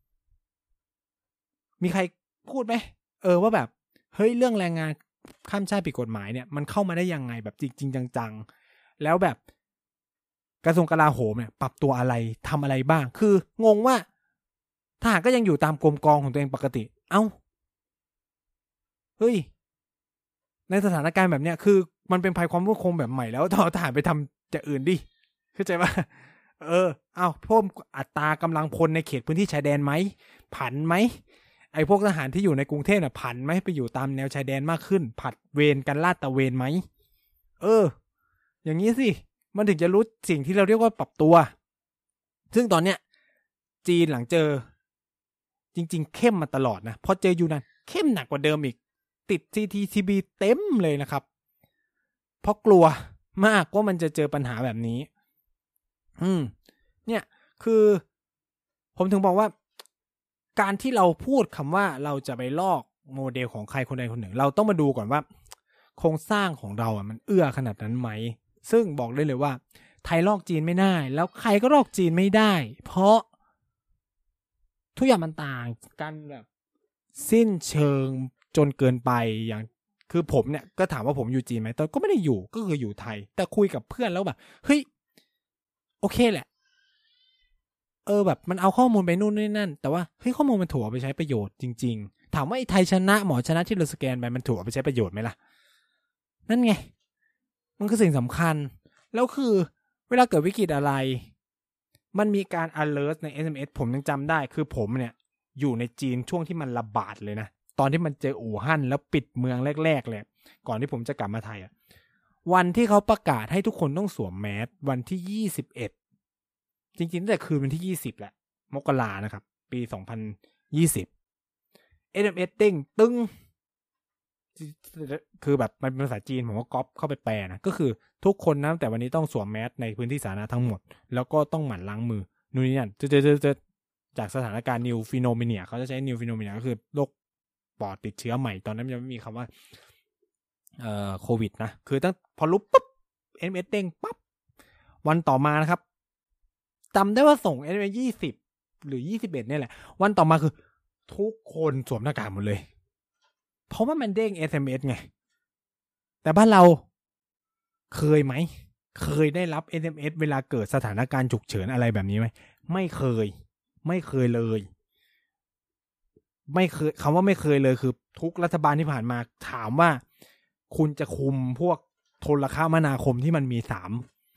มีใครพูดไหมเออว่าแบบเฮ้ยเรื่องแรงงานข้ามชาติผิดกฎหมายเนี่ยมันเข้ามาได้ยังไงแบบจริงๆจังๆแล้วแบบกระทรวงกลาโหมเนี่ยปรับตัวอะไรทำอะไรบ้างคืองงว่าทหารก็ยังอยู่ตามกรมกองของตัวเองปกติเอ้าเฮ้ยในสถานการณ์แบบเนี้ยคือมันเป็นภัยความมั่นคงแบบใหม่แล้วต่อทหารไปทำจากอื่นดิเข้าใจป่ะเออเอ้าเพิ่มอัตรากำลังพลในเขตพื้นที่ชายแดนไหมผันไหมไอ้พวกทหารที่อยู่ในกรุงเทพเนี่ยผันไหมไปอยู่ตามแนวชายแดนมากขึ้นผัดเวรกันลาดตระเวนไหมเอออย่างนี้สิมันถึงจะรู้สิ่งที่เราเรียกว่าปรับตัวซึ่งตอนเนี้ยจีนหลังเจอจริงๆเข้มมาตลอดนะพอเจอยูนานเข้มหนักกว่าเดิมอีกติด ซี ที ที วี เต็มเลยนะครับเพราะกลัวมากว่ามันจะเจอปัญหาแบบนี้อืมเนี่ยคือผมถึงบอกว่าการที่เราพูดคำว่าเราจะไปลอกโมเดลของใครคนใดคนหนึ่งเราต้องมาดูก่อนว่าโครงสร้างของเราอ่ะมันเอื้อขนาดนั้นไหมซึ่งบอกได้เลยว่าไทยลอกจีนไม่ได้แล้วใครก็ลอกจีนไม่ได้เพราะทุกอย่างมันต่างกันแบบสิ้นเชิงจนเกินไปอย่างคือผมเนี่ยก็ถามว่าผมอยู่จีนไหมตอนก็ไม่ได้อยู่ก็คืออยู่ไทยแต่คุยกับเพื่อนแล้วแบบเฮ้ยโอเคแหละเออแบบมันเอาข้อมูลไปนู่นนี่นั่นแต่ว่าเฮ้ยข้อมูลมันถูกเอาไปใช้ประโยชน์จริงๆถามว่าไอ้ไทยชนะหมอชนะที่เราสแกนไปมันถูกเอาไปใช้ประโยชน์ไหมล่ะนั่นไงมันคือสิ่งสำคัญแล้วคือเวลาเกิดวิกฤตอะไรมันมีการ alert ใน เอส เอ็ม เอส ผมยังจำได้คือผมเนี่ยอยู่ในจีนช่วงที่มันระบาดเลยนะตอนที่มันเจออู่ฮั่นแล้วปิดเมืองแรกๆเลยก่อนที่ผมจะกลับมาไทยอ่ะวันที่เขาประกาศให้ทุกคนต้องสวมแมสวันที่ยี่สิบเอ็ดจริงๆตั้งแต่คืนวันที่ยี่สิบแหละมกรานะครับปีสองพันยี่สิบ เอส เอ็ม เอส เด้งตึ้งคือแบบมันเป็นภาษาจีนผมก็ก๊อปเข้าไปแปลนะก็คือทุกคนนะแต่วันนี้ต้องสวมแมสในพื้นที่สาธารณะทั้งหมดแล้วก็ต้องหมั่นล้างมือนู่นนี่นั่นจะจากสถานการณ์นิวฟีโนเมเนียเขาจะใช้นิวฟีโนเมเนียก็คือโรคปอดติดเชื้อใหม่ตอนนั้นยังไม่มีคำว่าเอ่อโควิดนะคือตั้งพอรู้ปุ๊บ เอ็ม เอส เด้งปั๊บวันต่อมานะครับจำได้ว่าส่ง เอส เอ็ม เอส ยี่สิบหรือยี่สิบเอ็ดเนี่ยแหละวันต่อมาคือทุกคนสวมหน้ากากหมดเลยเพราะว่ามันเด้ง เอส เอ็ม เอส ไงแต่บ้านเราเคยไหมเคยได้รับ เอส เอ็ม เอส เวลาเกิดสถานการณ์ฉุกเฉินอะไรแบบนี้ไหมไม่เคยไม่เคยเลยไม่เคยคำว่าไม่เคยเลยคือทุกรัฐบาลที่ผ่านมาถามว่าคุณจะคุมพวกโทรคมนาคมที่มันมีสาม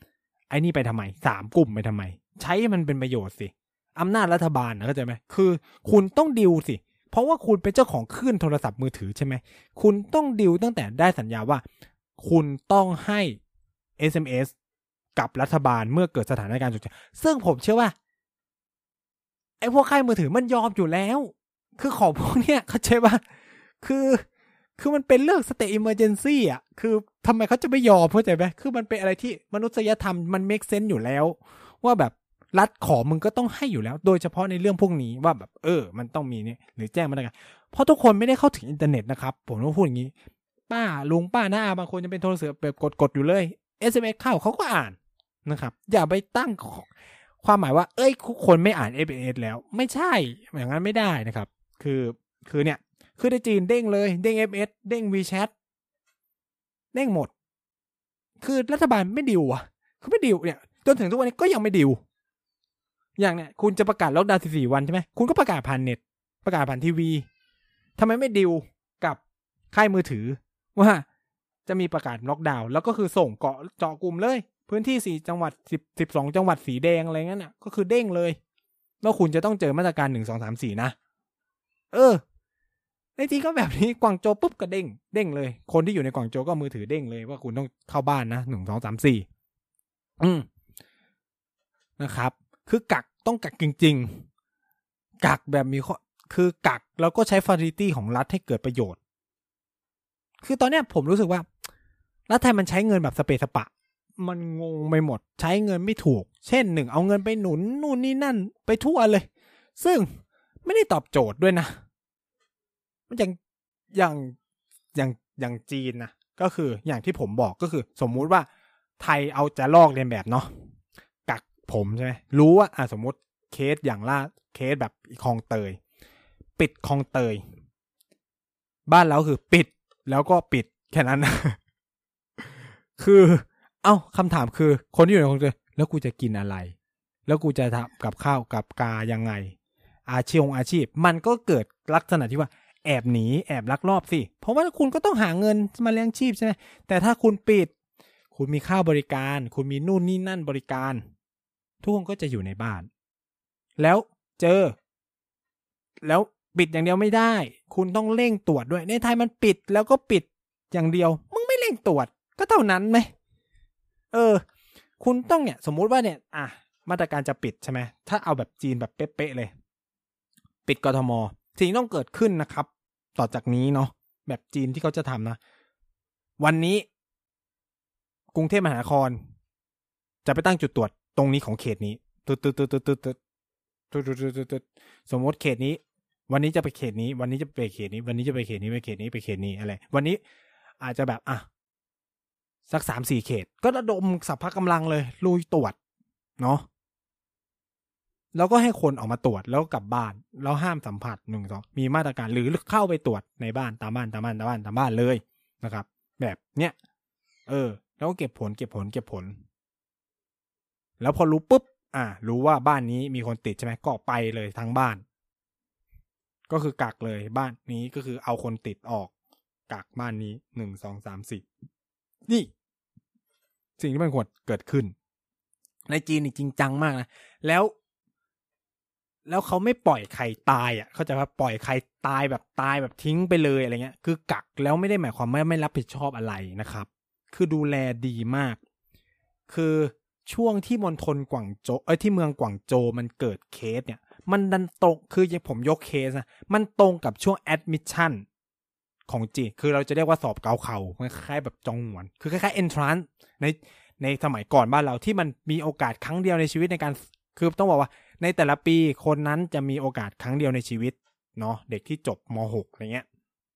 ไอ้นี่ไปทำไมสามกลุ่มไปทำไมใช้มันเป็นประโยชน์สิอำนาจรัฐบาลนะเข้าใจไหมคือคุณต้องดิวสิเพราะว่าคุณเป็นเจ้าของคลื่นโทรศัพท์มือถือใช่ไหมคุณต้องดิวตั้งแต่ได้สัญญาว่าคุณต้องให้ เอส เอ็ม เอส กับรัฐบาลเมื่อเกิดสถานการณ์ฉุกเฉินซึ่งผมเชื่อว่าไอ้พวกค่ายมือถือมันยอมอยู่แล้วคือของพวกเนี้ยเข้าใจป่ะคือคือมันเป็นเรื่อง state emergency อ่ะคือทำไมเขาจะไม่ยอมเข้าใจไหมคือมันเป็นอะไรที่มนุษยธรรมมัน make sense อยู่แล้วว่าแบบรัฐขอมึงก็ต้องให้อยู่แล้วโดยเฉพาะในเรื่องพวกนี้ว่าแบบเออมันต้องมีเนี่ยหรือแจ้งมาตรการเพราะทุกคนไม่ได้เข้าถึงอินเทอร์เน็ตนะครับผมต้องพูดอย่างนี้ป้าลุงป้าน้าอาบางคนยังเป็นโทรศัพท์แบบกดๆอยู่เลย เอส เอ็ม เอส เข้าเขาก็อ่านนะครับอย่าไปตั้งความหมายว่าเอ้ยทุกคนไม่อ่าน เอส เอ็ม เอส แล้วไม่ใช่อย่างนั้นไม่ได้นะครับคือคือเนี่ยคือในจีนเด้งเลยเด้ง เอส เอ็ม เอส เด้ง WeChat เด้งหมดคือรัฐบาลไม่ดิวอ่ะคือไม่ดิวเนี่ยจนถึงทุกวันนี้ก็ยังไม่ดิวอย่างเนี่ยคุณจะประกาศล็อกดาวน์สิบสี่วันใช่ไหมคุณก็ประกาศผ่านเน็ตประกาศผ่านทีวีทำไมไม่ดิวกับค่ายมือถือว่าจะมีประกาศล็อกดาวน์แล้วก็คือส่งเกาะเจาะกลุ่มเลยพื้นที่สี่จังหวัดสิบ สิบสองจังหวัดสีแดงอะไรเงี้ยน่ะก็คือเด้งเลยแล้วคุณจะต้องเจอมาตรการหนึ่ง สอง สาม สี่นะเออในที่ก็แบบนี้กวางโจวปุ๊บก็เด้งเด้งเลยคนที่อยู่ในกวางโจวก็มือถือเด้งเลยว่าคุณต้องเข้าบ้านนะหนึ่ง สอง สาม สี่อืมนะครับคือกักต้องกักจริงๆกักแบบมีข้อคือกักแล้วก็ใช้ฟาซิลิตี้ของรัฐให้เกิดประโยชน์คือตอนเนี้ยผมรู้สึกว่ารัฐไทยมันใช้เงินแบบสเปซสปะมันงงไปหมดใช้เงินไม่ถูกเช่นหนึ่งเอาเงินไปหนุนนู่นนี่นั่นไปทั่วเลยซึ่งไม่ได้ตอบโจทย์ด้วยนะมันอย่างอย่างอย่างอย่างจีนนะก็คืออย่างที่ผมบอกก็คือสมมุติว่าไทยเอาจะลอกเลียนแบบเนาะกักผมใช่ไหมรู้ว่าอ่ะสมมติเคสอย่างล่าเคสแบบคลองเตยปิดคลองเตยบ้านเราคือปิดแล้วก็ปิดแค่นั้น คือเอ้าคำถามคือคนที่อยู่ในคลองเตยแล้วกูจะกินอะไรแล้วกูจะทำกับข้าวกับกายังไงอาชีพอาชีพมันก็เกิดลักษณะที่ว่าแอบหนีแอบลักลอบสิเพราะว่าคุณก็ต้องหาเงินมาเลี้ยงชีพใช่ไหมแต่ถ้าคุณปิดคุณมีค่าบริการคุณมีนู่นนี่นั่นบริการทุกคนก็จะอยู่ในบ้านแล้วเจอแล้วปิดอย่างเดียวไม่ได้คุณต้องเร่งตรวจด้วยในไทยมันปิดแล้วก็ปิดอย่างเดียวมึงไม่เร่งตรวจก็เท่านั้นไหมเออคุณต้องเนี่ยสมมุติว่าเนี่ยอ่ะมาตรการจะปิดใช่ไหมถ้าเอาแบบจีนแบบเป๊ะๆเลยปิดกทมสิ่งต้องเกิดขึ้นนะครับต่อจากนี้เนาะแบบจีนที่เขาจะทำนะวันนี้กรุงเทพมหานครจะไปตั้งจุดตรวจตรงนี้ของเขตนี้ตึ๊ดตึ๊ดตึ๊ดตึ๊ดตึ๊ดตึ๊ดตึ๊ดตึ๊ดตึ๊ดตึ๊ดสมมติเขตนี้วันนี้จะไปเขตนี้วันนี้จะไปเขตนี้วันนี้จะไปเขตนี้ไปเขตนี้ไปเขตนี้อะไรวันนี้อาจจะแบบอ่ะสัก สามสี่ เขตก็ระดมสรรพกำลังเลยลุยตรวจเนาะแล้วก็ให้คนออกมาตรวจแล้วกลับบ้านแล้วห้ามสัมผัสหนึ่ง สองมีมาตรการหรือเข้าไปตรวจในบ้านตามบ้านตามบ้านตามบ้านตามบ้านเลยนะครับแบบเนี้ยเออแล้วก็เก็บผลเก็บผลเก็บผลแล้วพอรู้ปุ๊บอ่ะรู้ว่าบ้านนี้มีคนติดใช่ไหมก็ไปเลยทั้งบ้านก็คือกักเลยบ้านนี้ก็คือเอาคนติดออกกักบ้านนี้หนึ่ง สอง สาม สี่นี่สิ่งที่มันควรเกิดขึ้นในจีนนี่จริงจังมากนะแล้วแล้วเขาไม่ปล่อยใครตายอ่ะเขาจะว่าปล่อยใครตายแบบตายแบบทิ้งไปเลยอะไรเงี้ยคือกักแล้วไม่ได้หมายความว่าไม่รับผิดชอบอะไรนะครับคือดูแลดีมากคือช่วงที่มณฑลกวางโจวเอ้ยที่เมืองกวางโจวมันเกิดเคสเนี่ยมันดันตรงคืออย่างผมยกเคสนะมันตรงกับช่วงแอดมิชชั่นของจีนคือเราจะเรียกว่าสอบเกาเข่าคล้ายๆแบบจองหวนคือคล้ายๆ entrance ในในสมัยก่อนบ้านเราที่มันมีโอกาสครั้งเดียวในชีวิตในการคือต้องบอกว่าในแต่ละปีคนนั้นจะมีโอกาสครั้งเดียวในชีวิตเนาะเด็กที่จบม หกอะไรเงี้ย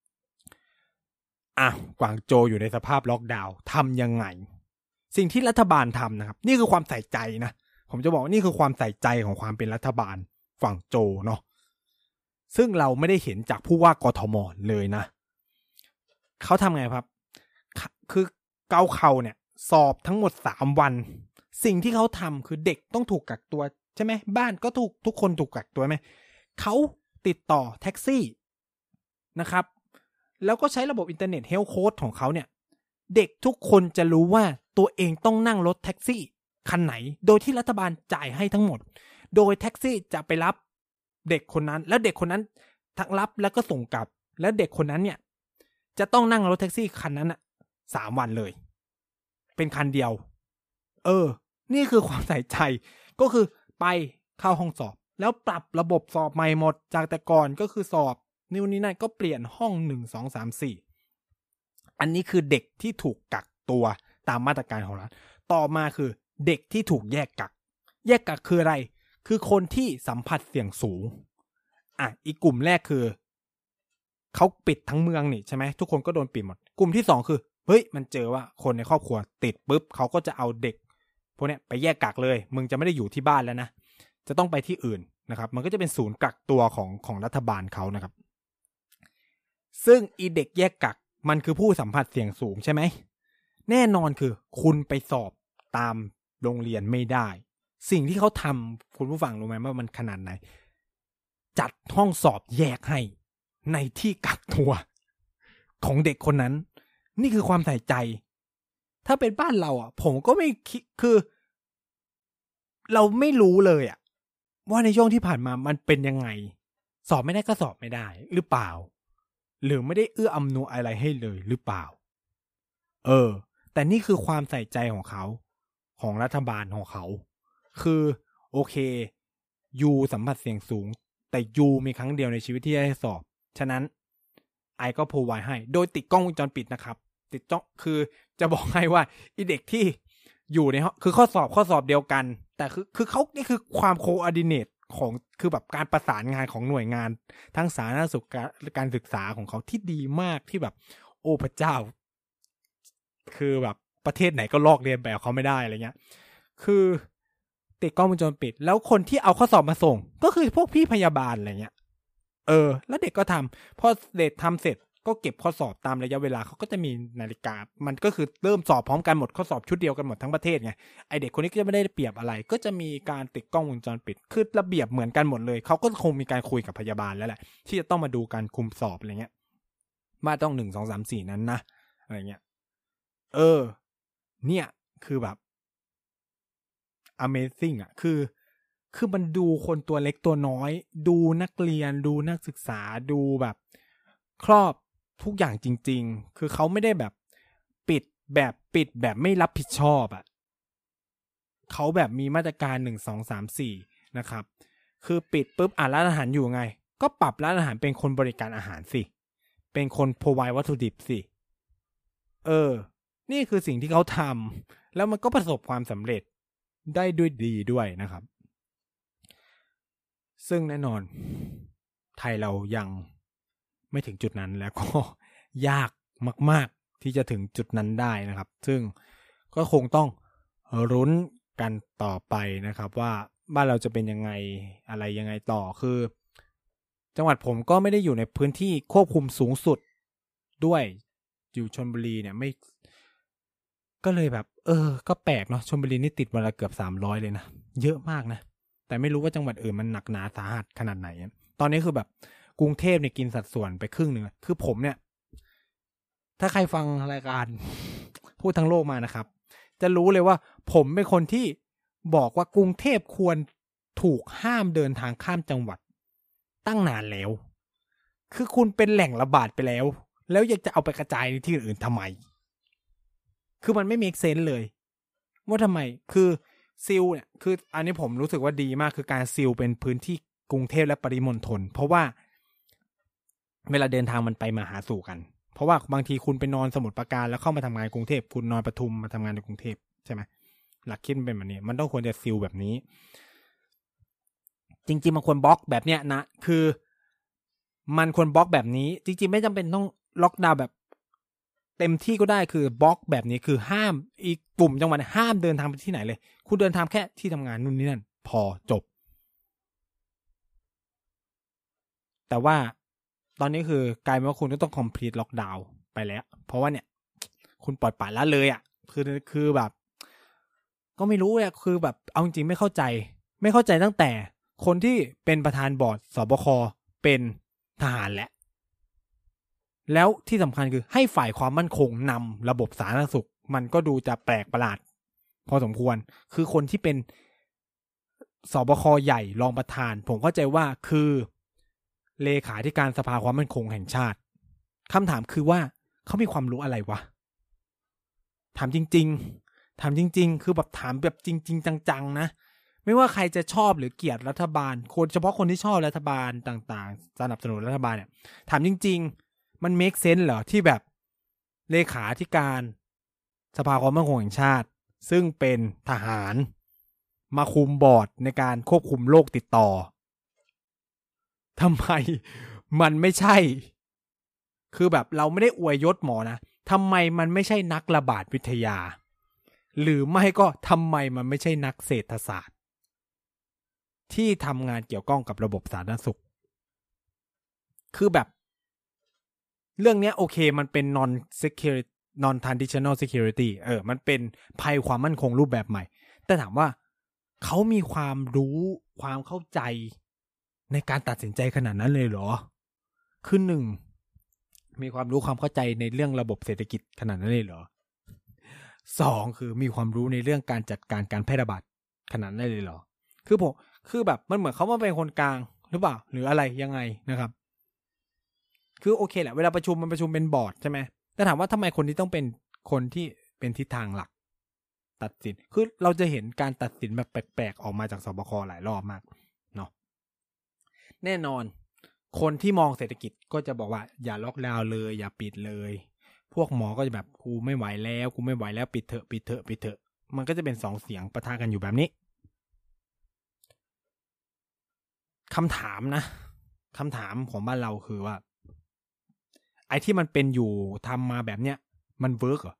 อ่ะกวางโจวอยู่ในสภาพล็อกดาวน์ทำยังไงสิ่งที่รัฐบาลทำนะครับนี่คือความใส่ใจนะผมจะบอกว่านี่คือความใส่ใจของความเป็นรัฐบาลกวางโจวเนาะซึ่งเราไม่ได้เห็นจากผู้ว่ากทมเลยนะเขาทำไงครับคือเกาเข่าเนี่ยสอบทั้งหมดสามวันสิ่งที่เขาทำคือเด็กต้องถูกกักตัวใช่ไหมบ้านก็ถูกทุกคนถูกกักตัวไหมเขาติดต่อแท็กซี่นะครับแล้วก็ใช้ระบบอินเทอร์เน็ตเฮลท์โค้ดของเขาเนี่ยเด็กทุกคนจะรู้ว่าตัวเองต้องนั่งรถแท็กซี่คันไหนโดยที่รัฐบาลจ่ายให้ทั้งหมดโดยแท็กซี่จะไปรับเด็กคนนั้นแล้วเด็กคนนั้นทั้งรับแล้วก็ส่งกลับแล้วเด็กคนนั้นเนี่ยจะต้องนั่งรถแท็กซี่คันนั้นอ่ะสามวันเลยเป็นคันเดียวเออนี่คือความใส่ใจก็คือไปเข้าห้องสอบแล้วปรับระบบสอบใหม่หมดจากแต่ก่อนก็คือสอบนิ้วนี้นั่นก็เปลี่ยนห้องหนึ่ง สอง สาม สี่อันนี้คือเด็กที่ถูกกักตัวตามมาตรการของรัฐต่อมาคือเด็กที่ถูกแยกกักแยกกักคืออะไรคือคนที่สัมผัสเสี่ยงสูงอ่ะอีกกลุ่มแรกคือเขาปิดทั้งเมืองนี่ใช่ไหมทุกคนก็โดนปิดหมดกลุ่มที่สองคือเฮ้ยมันเจอว่าคนในครอบครัวติดปุ๊บเขาก็จะเอาเด็กพวกนี้ไปแยกกักเลยมึงจะไม่ได้อยู่ที่บ้านแล้วนะจะต้องไปที่อื่นนะครับมันก็จะเป็นศูนย์กักตัวของของรัฐบาลเขานะครับซึ่งอีเด็กแยกกักมันคือผู้สัมผัสเสี่ยงสูงใช่ไหมแน่นอนคือคุณไปสอบตามโรงเรียนไม่ได้สิ่งที่เขาทำคุณผู้ฟังรู้ไหมว่ามันขนาดไหนจัดห้องสอบแยกให้ในที่กักตัวของเด็กคนนั้นนี่คือความใส่ใจถ้าเป็นบ้านเราอ่ะผมก็ไม่คิดคือเราไม่รู้เลยอ่ะว่าในช่วงที่ผ่านมามันเป็นยังไงสอบไม่ได้ก็สอบไม่ได้หรือเปล่าหรือไม่ได้เอื้ออำนวยอะไรให้เลยหรือเปล่าเออแต่นี่คือความใส่ใจของเขาของรัฐบาลของเขาคือโอเคยูสัมผัสเสี่ยงสูงแต่ยูมีครั้งเดียวในชีวิตที่ได้สอบฉะนั้นไอก็โพรไวให้โดยติดกล้องวงจรปิดนะครับติดจ้องคือจะบอกให้ว่าอีเด็กที่อยู่ในห้องคือข้อสอบข้อสอบเดียวกันแต่คือคือเขานี่คือความโคออร์ดิเนตของคือแบบการประสานงานของหน่วยงานทั้งสาธารณสุขการศึกษาของเขาที่ดีมากที่แบบโอ้พระเจ้าคือแบบประเทศไหนก็ลอกเลียนแบบเขาไม่ได้อะไรเงี้ยคือติดกล้องวงจรปิดแล้วคนที่เอาข้อสอบมาส่งก็คือพวกพี่พยาบาลอะไรเงี้ยเออแล้วเด็กก็ทำพอเด็กทำเสร็จก็เก็บข้อสอบตามระยะเวลาเขาก็จะมีนาฬิกามันก็คือเริ่มสอบพร้อมกันหมดข้อสอบชุดเดียวกันหมดทั้งประเทศไงไอเด็กคนนี้ก็จะไม่ได้เปรียบอะไรก็จะมีการติดกล้องวงจรปิดคือระเบียบเหมือนกันหมดเลยเขาก็คงมีการคุยกับพยาบาลแล้วแหละที่จะต้องมาดูการคุมสอบอะไรเงี้ยมาต้องหนึ่งสองสามสี่นั้นนะอะไรเงี้ยเออเนี่ยคือแบบ Amazing อ่ะคือคือมันดูคนตัวเล็กตัวน้อยดูนักเรียนดูนักศึกษาดูแบบครอบทุกอย่างจริงๆคือเขาไม่ได้แบบปิดแบบปิดแบบไม่รับผิดชอบอ่ะเขาแบบมีมาตรการหนึ่ง สอง สาม สี่นะครับคือปิดปุ๊บอ่ะร้านอาหารอยู่ไงก็ปรับร้านอาหารเป็นคนบริการอาหารสิเป็นคนโพรไวด์วัตถุดิบสิเออนี่คือสิ่งที่เขาทำแล้วมันก็ประสบความสำเร็จได้ด้วยดีด้วยนะครับซึ่งแน่นอนไทยเรายังไม่ถึงจุดนั้นแล้วก็ยากมากๆที่จะถึงจุดนั้นได้นะครับซึ่งก็คงต้องรุ้นกันต่อไปนะครับว่าบ้านเราจะเป็นยังไงอะไรยังไงต่อคือจังหวัดผมก็ไม่ได้อยู่ในพื้นที่ควบคุมสูงสุดด้วยอยู่ชลบุรีเนี่ยไม่ก็เลยแบบเออก็แปลกเนาะชลบุรีนี่ติดวันละเกือบสามร้อยเลยนะเยอะมากนะแต่ไม่รู้ว่าจังหวัดอื่นมันหนักหนาสาหัสขนาดไหนตอนนี้คือแบบกรุงเทพเนี่ยกินสัดส่วนไปครึ่งหนึ่งคือผมเนี่ยถ้าใครฟังรายการพูดทั้งโลกมานะครับจะรู้เลยว่าผมเป็นคนที่บอกว่ากรุงเทพควรถูกห้ามเดินทางข้ามจังหวัดตั้งนานแล้วคือคุณเป็นแหล่งระบาดไปแล้วแล้วยังจะเอาไปกระจายในที่อื่นทำไมคือมันไม่เมคเซนส์เลยว่าทำไมคือซิลเนี่ยคืออันนี้ผมรู้สึกว่าดีมากคือการซิลเป็นพื้นที่กรุงเทพและปริมณฑลเพราะว่าเวลาเดินทางมันไปมาหาสู่กันเพราะว่าบางทีคุณไปนอนสมุทรปราการแล้วเข้ามาทำงานกรุงเทพคุณนอนปทุมมาทำงานในกรุงเทพใช่ไหมหลักคิดเป็นแบบนี้มันต้องควรจะซิลแบบนี้จริงๆมันควรบล็อกแบบเนี้ยนะคือมันควรบล็อกแบบนี้จริงๆไม่จำเป็นต้องล็อกดาวน์แบบเต็มที่ก็ได้คือบล็อกแบบนี้คือห้ามอีกกลุ่มจังหวัดห้ามเดินทางไปที่ไหนเลยคุณเดินทางแค่ที่ทำงานนู่นนี่นั่นพอจบแต่ว่าตอนนี้คือกลายเป็นว่าคุณก็ต้อง complete lockdown ไปแล้วเพราะว่าเนี่ยคุณปล่อยปละละเลยอ่ะคือคือแบบก็ไม่รู้อ่ะคือแบบเอาจริงไม่เข้าใจไม่เข้าใจตั้งแต่คนที่เป็นประธานบอร์ดสบคเป็นทหารแหละแล้วที่สำคัญคือให้ฝ่ายความมั่นคงนำระบบสาธารณสุขมันก็ดูจะแปลกประหลาดพอสมควรคือคนที่เป็นสบคใหญ่รองประธานผมเข้าใจว่าคือเลขาธิการสภาความมั่นคงแห่งชาติคำถามคือว่าเขามีความรู้อะไรวะถามจริงๆถามจริงๆคือแบบถามแบบจริงๆจังๆนะไม่ว่าใครจะชอบหรือเกลียดรัฐบาลคนเฉพาะคนที่ชอบรัฐบาลต่างๆสนับสนุนรัฐบาลเนี่ยถามจริงๆมัน make sense เหรอที่แบบเลขาธิการสภาความมั่นคงแห่งชาติซึ่งเป็นทหารมาคุมบอร์ดในการควบคุมโรคติดต่อทำไมมันไม่ใช่คือแบบเราไม่ได้อวยยศหมอนะทำไมมันไม่ใช่นักระบาดวิทยาหรือไม่ก็ทำไมมันไม่ใช่นักเศรษฐศาสตร์ที่ทำงานเกี่ยวข้องกับระบบสาธารณสุขคือแบบเรื่องนี้โอเคมันเป็น non security non traditional security เออมันเป็นภัยความมั่นคงรูปแบบใหม่แต่ถามว่าเขามีความรู้ความเข้าใจในการตัดสินใจขนาดนั้นเลยเหรอคือหนึ่งมีความรู้ความเข้าใจในเรื่องระบบเศรษฐกิจขนาดนั้นเลยเหรอสองคือมีความรู้ในเรื่องการจัดการการแพร่ระบาดขนาดนั้นเลยเหรอคือผมคือแบบมันเหมือนเขามาเป็นคนกลางหรือเปล่าหรืออะไรยังไงนะครับคือโอเคแหละเวลาประชุมมันประชุมเป็นบอร์ดใช่ไหมแต่ถามว่าทำไมคนที่ต้องเป็นคนที่เป็นทิศทางหลักตัดสินคือเราจะเห็นการตัดสินแบบแปลกๆออกมาจากสบคหลายรอบมากเนาะแน่นอนคนที่มองเศรษฐกิจก็จะบอกว่าอย่าล็อกดาวน์เลยอย่าปิดเลยพวกหมอก็จะแบบกูไม่ไหวแล้วกูไม่ไหวแล้วปิดเถอะปิดเถอะปิดเถอะมันก็จะเป็นสองเสียงปะทะกันอยู่แบบนี้คำถามนะคำถามของบ้านเราคือว่าไอ้ที่มันเป็นอยู่ทำมาแบบเนี้ยมันเวิร์กเหรอ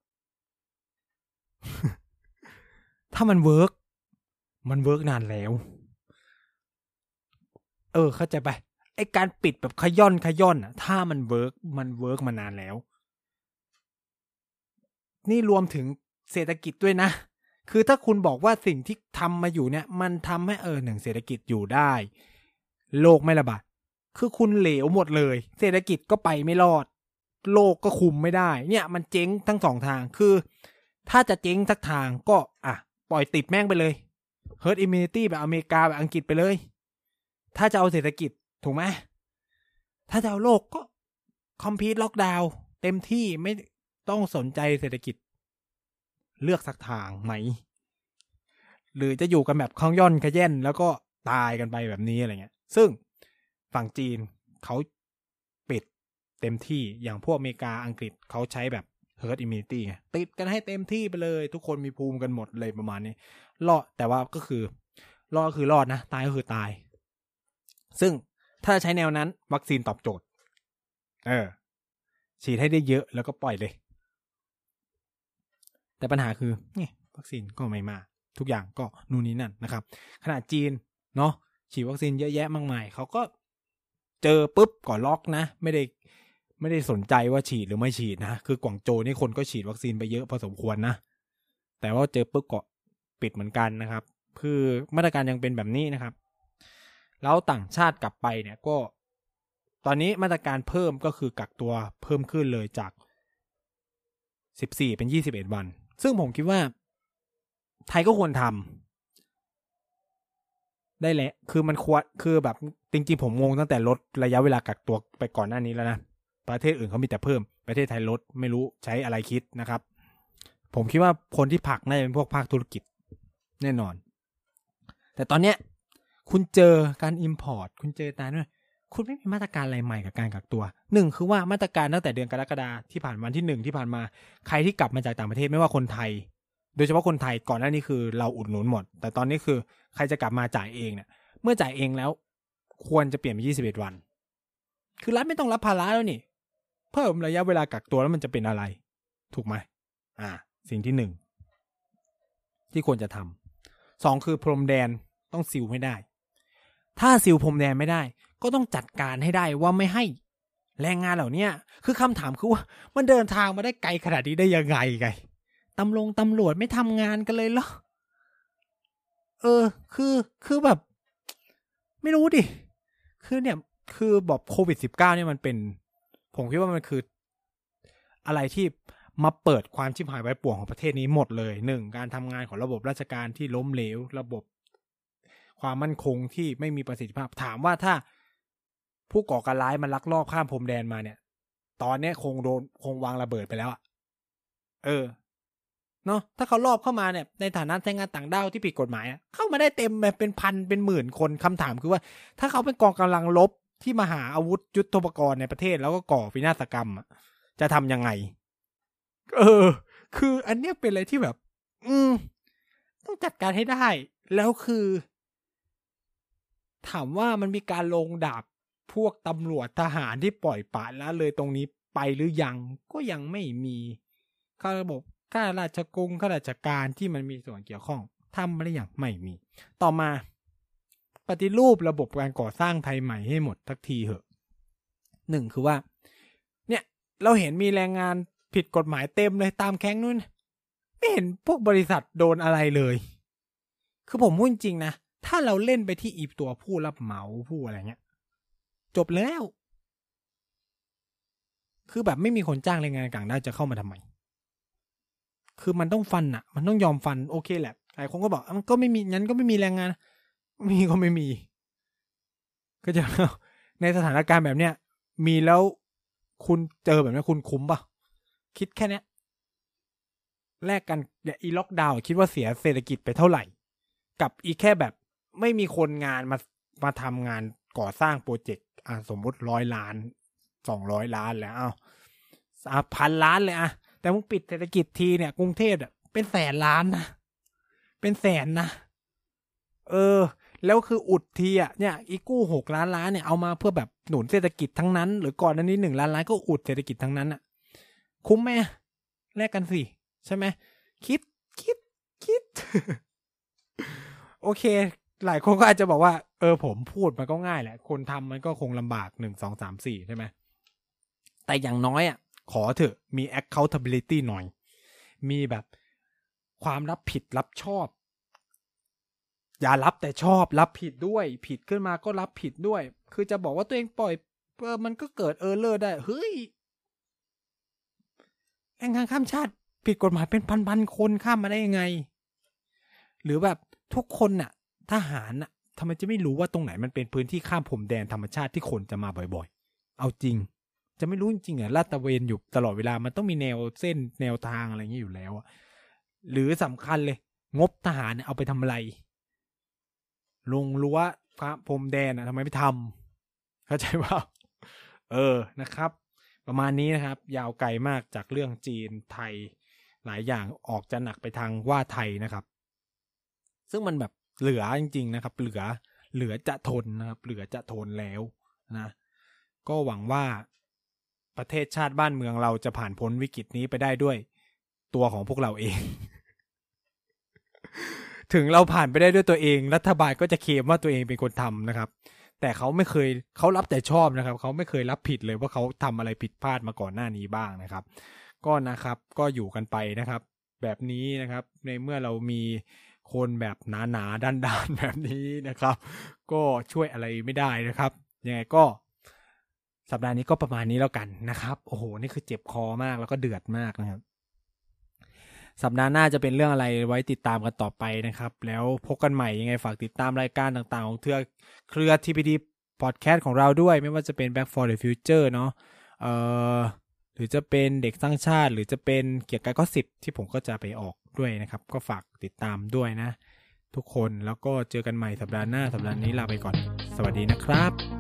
ถ้ามันเวิร์กมันเวิร์กนานแล้วเออเข้าใจไปไอ้การปิดแบบขย่อนขย่อนอ่ะถ้ามันเวิร์กมันเวิร์กมานานแล้วนี่รวมถึงเศรษฐกิจด้วยนะคือถ้าคุณบอกว่าสิ่งที่ทำมาอยู่เนี่ยมันทำให้เออหนึ่งเศรษฐกิจอยู่ได้โลกไม่ระบาดคือคุณเหลวหมดเลยเศรษฐกิจก็ไปไม่รอดโลกก็คุมไม่ได้เนี่ยมันเจ๊งทั้งสองทางคือถ้าจะเจ๊งสักทางก็อ่ะปล่อยติดแม่งไปเลย herd immunity แบบอเมริกาแบบอังกฤษไปเลยถ้าจะเอาเศรษฐกิจถูกไหมถ้าจะเอาโลกก็คอมพีทล็อกดาวน์เต็มที่ไม่ต้องสนใจเศรษฐกิจเลือกสักทางไหมหรือจะอยู่กันแบบข้องย่อนขย่นแล้วก็ตายกันไปแบบนี้อะไรเงี้ยซึ่งฝั่งจีนเขาปิดเต็มที่อย่างพวกอเมริกาอังกฤษเขาใช้แบบ herd immunity ไงติดกันให้เต็มที่ไปเลยทุกคนมีภูมิกันหมดเลยประมาณนี้รอดแต่ว่าก็คือรอดก็คือรอดนะตายก็คือตายซึ่งถ้าใช้แนวนั้นวัคซีนตอบโจทย์เออฉีดให้ได้เยอะแล้วก็ปล่อยเลยแต่ปัญหาคือเนี่ยวัคซีนก็ไม่มาทุกอย่างก็นู่นนี่นั่นนะครับขนาดจีนเนาะฉีดวัคซีนเยอะแยะมากมายเขาก็เจอปุ๊บก่อนล็อกนะไม่ได้ไม่ได้สนใจว่าฉีดหรือไม่ฉีดนะคือกวางโจวนี่คนก็ฉีดวัคซีนไปเยอะพอสมควรนะแต่ว่าเจอปุ๊บก็ปิดเหมือนกันนะครับคือมาตรการยังเป็นแบบนี้นะครับแล้วต่างชาติกลับไปเนี่ยก็ตอนนี้มาตรการเพิ่มก็คือกักตัวเพิ่มขึ้นเลยจากสิบสี่เป็นยี่สิบเอ็ดวันซึ่งผมคิดว่าไทยก็ควรทำได้แหละคือมันควรคือแบบจริงๆผมงงตั้งแต่ลดระยะเวลากักตัวไปก่อนหน้านี้แล้วนะประเทศอื่นเขามีแต่เพิ่มประเทศไทยลดไม่รู้ใช้อะไรคิดนะครับผมคิดว่าคนที่ผลักน่าจะเป็นพวกภาคธุรกิจแน่นอนแต่ตอนเนี้ยคุณเจอการ import คุณเจอตาด้วยคุณไม่มีมาตรการอะไรใหม่กับการกักตัวหนึ่งคือว่ามาตรการตั้งแต่เดือนกรกฎาคมที่ผ่านวันที่หนึ่งที่ผ่านมาใครที่กลับมาจากต่างประเทศไม่ว่าคนไทยโดยเฉพาะคนไทยก่อนหน้านี้คือเราอุดหนุนหมดแต่ตอนนี้คือใครจะกลับมาจ่ายเองเนี่ยเมื่อจ่ายเองแล้วควรจะเปลี่ยนเป็นยี่สิบเอ็ดวันคือรัฐไม่ต้องรับภาระแล้วนี่เพิ่มระยะเวลากักตัวแล้วมันจะเป็นอะไรถูกไหมอ่าสิ่งที่หนึ่งที่ควรจะทำสองคือพรมแดนต้องซีลไม่ได้ถ้าซีลพรมแดนไม่ได้ก็ต้องจัดการให้ได้ว่าไม่ให้แรงงานเหล่านี้คือคำถามคือว่ามันเดินทางมาได้ไกลขนาดนี้ได้ยังไงไงตำรวจตำรวจไม่ทำงานกันเลยเหรอเออคือคือแบบไม่รู้ดิคือเนี่ยคือบอกโควิดสิบเก้าเนี่ยมันเป็นผมคิดว่ามันคืออะไรที่มาเปิดความชิบหายไว้ป่วงของประเทศนี้หมดเลยหนึ่งการทำงานของระบบราชการที่ล้มเหลวระบบความมั่นคงที่ไม่มีประสิทธิภาพถามว่าถ้าผู้ก่อการร้ายมันลักลอบข้ามพรมแดนมาเนี่ยตอนนี้คงโดนคงวางระเบิดไปแล้วอ่ะเออเนาะถ้าเขาลอบเข้ามาเนี่ยในฐานะแรงงานต่างด้าวที่ผิดกฎหมายเข้ามาได้เต็มแบบเป็นพันเป็นหมื่นคนคำถามคือว่าถ้าเขาเป็นกองกำลังรบที่มาหาอาวุธยุทโธปกรณ์ในประเทศแล้วก็ก่อวินาศกรรมอ่ะจะทำยังไงเออคืออันเนี้ยเป็นอะไรที่แบบอืมต้องจัดการให้ได้แล้วคือถามว่ามันมีการลงดาบพวกตำรวจทหารที่ปล่อยปละละเลยตรงนี้ไปหรือยังก็ยังไม่มีข้าระบบข้าราชกงข้าราชการที่มันมีส่วนเกี่ยวข้องทำไม่ได้อย่างไม่มีต่อมาปฏิรูประบบการก่อสร้างไทยใหม่ให้หมดทักทีเหอะหนึ่งคือว่าเนี่ยเราเห็นมีแรงงานผิดกฎหมายเต็มเลยตามแข้งนู้นไม่เห็นพวกบริษัทโดนอะไรเลยคือผมพูดจริงนะถ้าเราเล่นไปที่อีตัวผู้รับเหมาผู้อะไรเงี้ยจบแล้วคือแบบไม่มีคนจ้างแรงงานต่างด้าวจะเข้ามาทำไมคือมันต้องฟันอ่ะมันต้องยอมฟันโอเคแหละหลายคนก็บอกมันก็ไม่มีงั้นก็ไม่มีแรงงานมีก็ไม่มีก็จะในสถานการณ์แบบเนี้ยมีแล้วคุณเจอแบบนี้คุณคุ้มป่ะคิดแค่นี้แลกกันเนี่ยอีล็อกดาวน์คิดว่าเสียเศรษฐกิจไปเท่าไหร่กับอีแค่แบบไม่มีคนงานมามาทำงานก่อสร้างโปรเจกต์อ่ะสมมติร้อยล้านสองร้อยล้านแล้วอ้าวพันล้านเลยอ่ะแต่มึงปิดเศรษฐกิจทีเนี่ยกรุงเทพอ่ะเป็นแสนล้านนะเป็นแสนนะเออแล้วคืออุดทีอ่ะเนี่ยอีกู้หกล้านล้านเนี่ยเอามาเพื่อแบบหนุนเศรษฐกิจทั้งนั้นหรือก่อนหน้านี้หนึ่งล้านล้านก็อุดเศรษฐกิจทั้งนั้นอ่ะคุ้มไหมแลกกันสิใช่ไหมคิดคิดคิด โอเคหลายคนก็อาจจะบอกว่าเออผมพูดมันก็ง่ายแหละคนทำมันก็คงลำบากหนึ่งสองสามสี่ใช่ไหมแต่อย่างน้อยอ่ะขอเถอะมี accountability หน่อยมีแบบความรับผิดรับชอบอย่ารับแต่ชอบรับผิดด้วยผิดขึ้นมาก็รับผิดด้วยคือจะบอกว่าตัวเองปล่อยเออมันก็เกิดเออร์เลอร์ได้เฮ้ยแรงงานข้ามชาติผิดกฎหมายเป็นพันๆคนข้ามมาได้ยังไงหรือแบบทุกคนน่ะทหารน่ะทำไมจะไม่รู้ว่าตรงไหนมันเป็นพื้นที่ข้ามพรมแดนธรรมชาติที่คนจะมาบ่อยๆเอาจริงจะไม่รู้จริงๆอ่ะลาดตระเวนอยู่ตลอดเวลามันต้องมีแนวเส้นแนวทางอะไรอย่างนี้อยู่แล้วหรือสำคัญเลยงบทหารเอาไปทำอะไรลงรั้วพรมแดนอ่ะทำไมไม่ทำเข้าใจป่ะเออนะครับประมาณนี้นะครับยาวไกลมากจากเรื่องจีนไทยหลายอย่างออกจะหนักไปทางว่าไทยนะครับซึ่งมันแบบเหลือจริงๆนะครับเหลือเหลือจะทนนะครับเหลือจะทนแล้วนะก็หวังว่าประเทศชาติบ้านเมืองเราจะผ่านพ้นวิกฤตนี้ไปได้ด้วยตัวของพวกเราเอง ถึงเราผ่านไปได้ด้วยตัวเองรัฐบาลก็จะเคลมว่าตัวเองเป็นคนทำนะครับแต่เขาไม่เคยเขารับแต่ชอบนะครับเขาไม่เคยรับผิดเลยว่าเขาทำอะไรผิดพลาดมาก่อนหน้านี้บ้างนะครับก็นะครับก็อยู่กันไปนะครับแบบนี้นะครับในเมื่อเรามีคนแบบหนาๆด้านๆแบบนี้นะครับก็ช่วยอะไรไม่ได้นะครับยังไงก็สัปดาห์นี้ก็ประมาณนี้แล้วกันนะครับโอ้โหนี่คือเจ็บคอมากแล้วก็เดือดมากนะครับสัปดาห์หน้าจะเป็นเรื่องอะไรไว้ติดตามกันต่อไปนะครับแล้วพบกันใหม่ยังไงฝากติดตามรายการต่างๆของเครือเครือ ที พี ดี Podcast ของเราด้วยไม่ว่าจะเป็น Back for the Future เนาะเอ่อหรือจะเป็นเด็กสร้างชาติหรือจะเป็นเกี่ยวกับก็สิบที่ผมก็จะไปออกด้วยนะครับก็ฝากติดตามด้วยนะทุกคนแล้วก็เจอกันใหม่สัปดาห์หน้าสัปดาห์นี้ลาไปก่อนสวัสดีนะครับ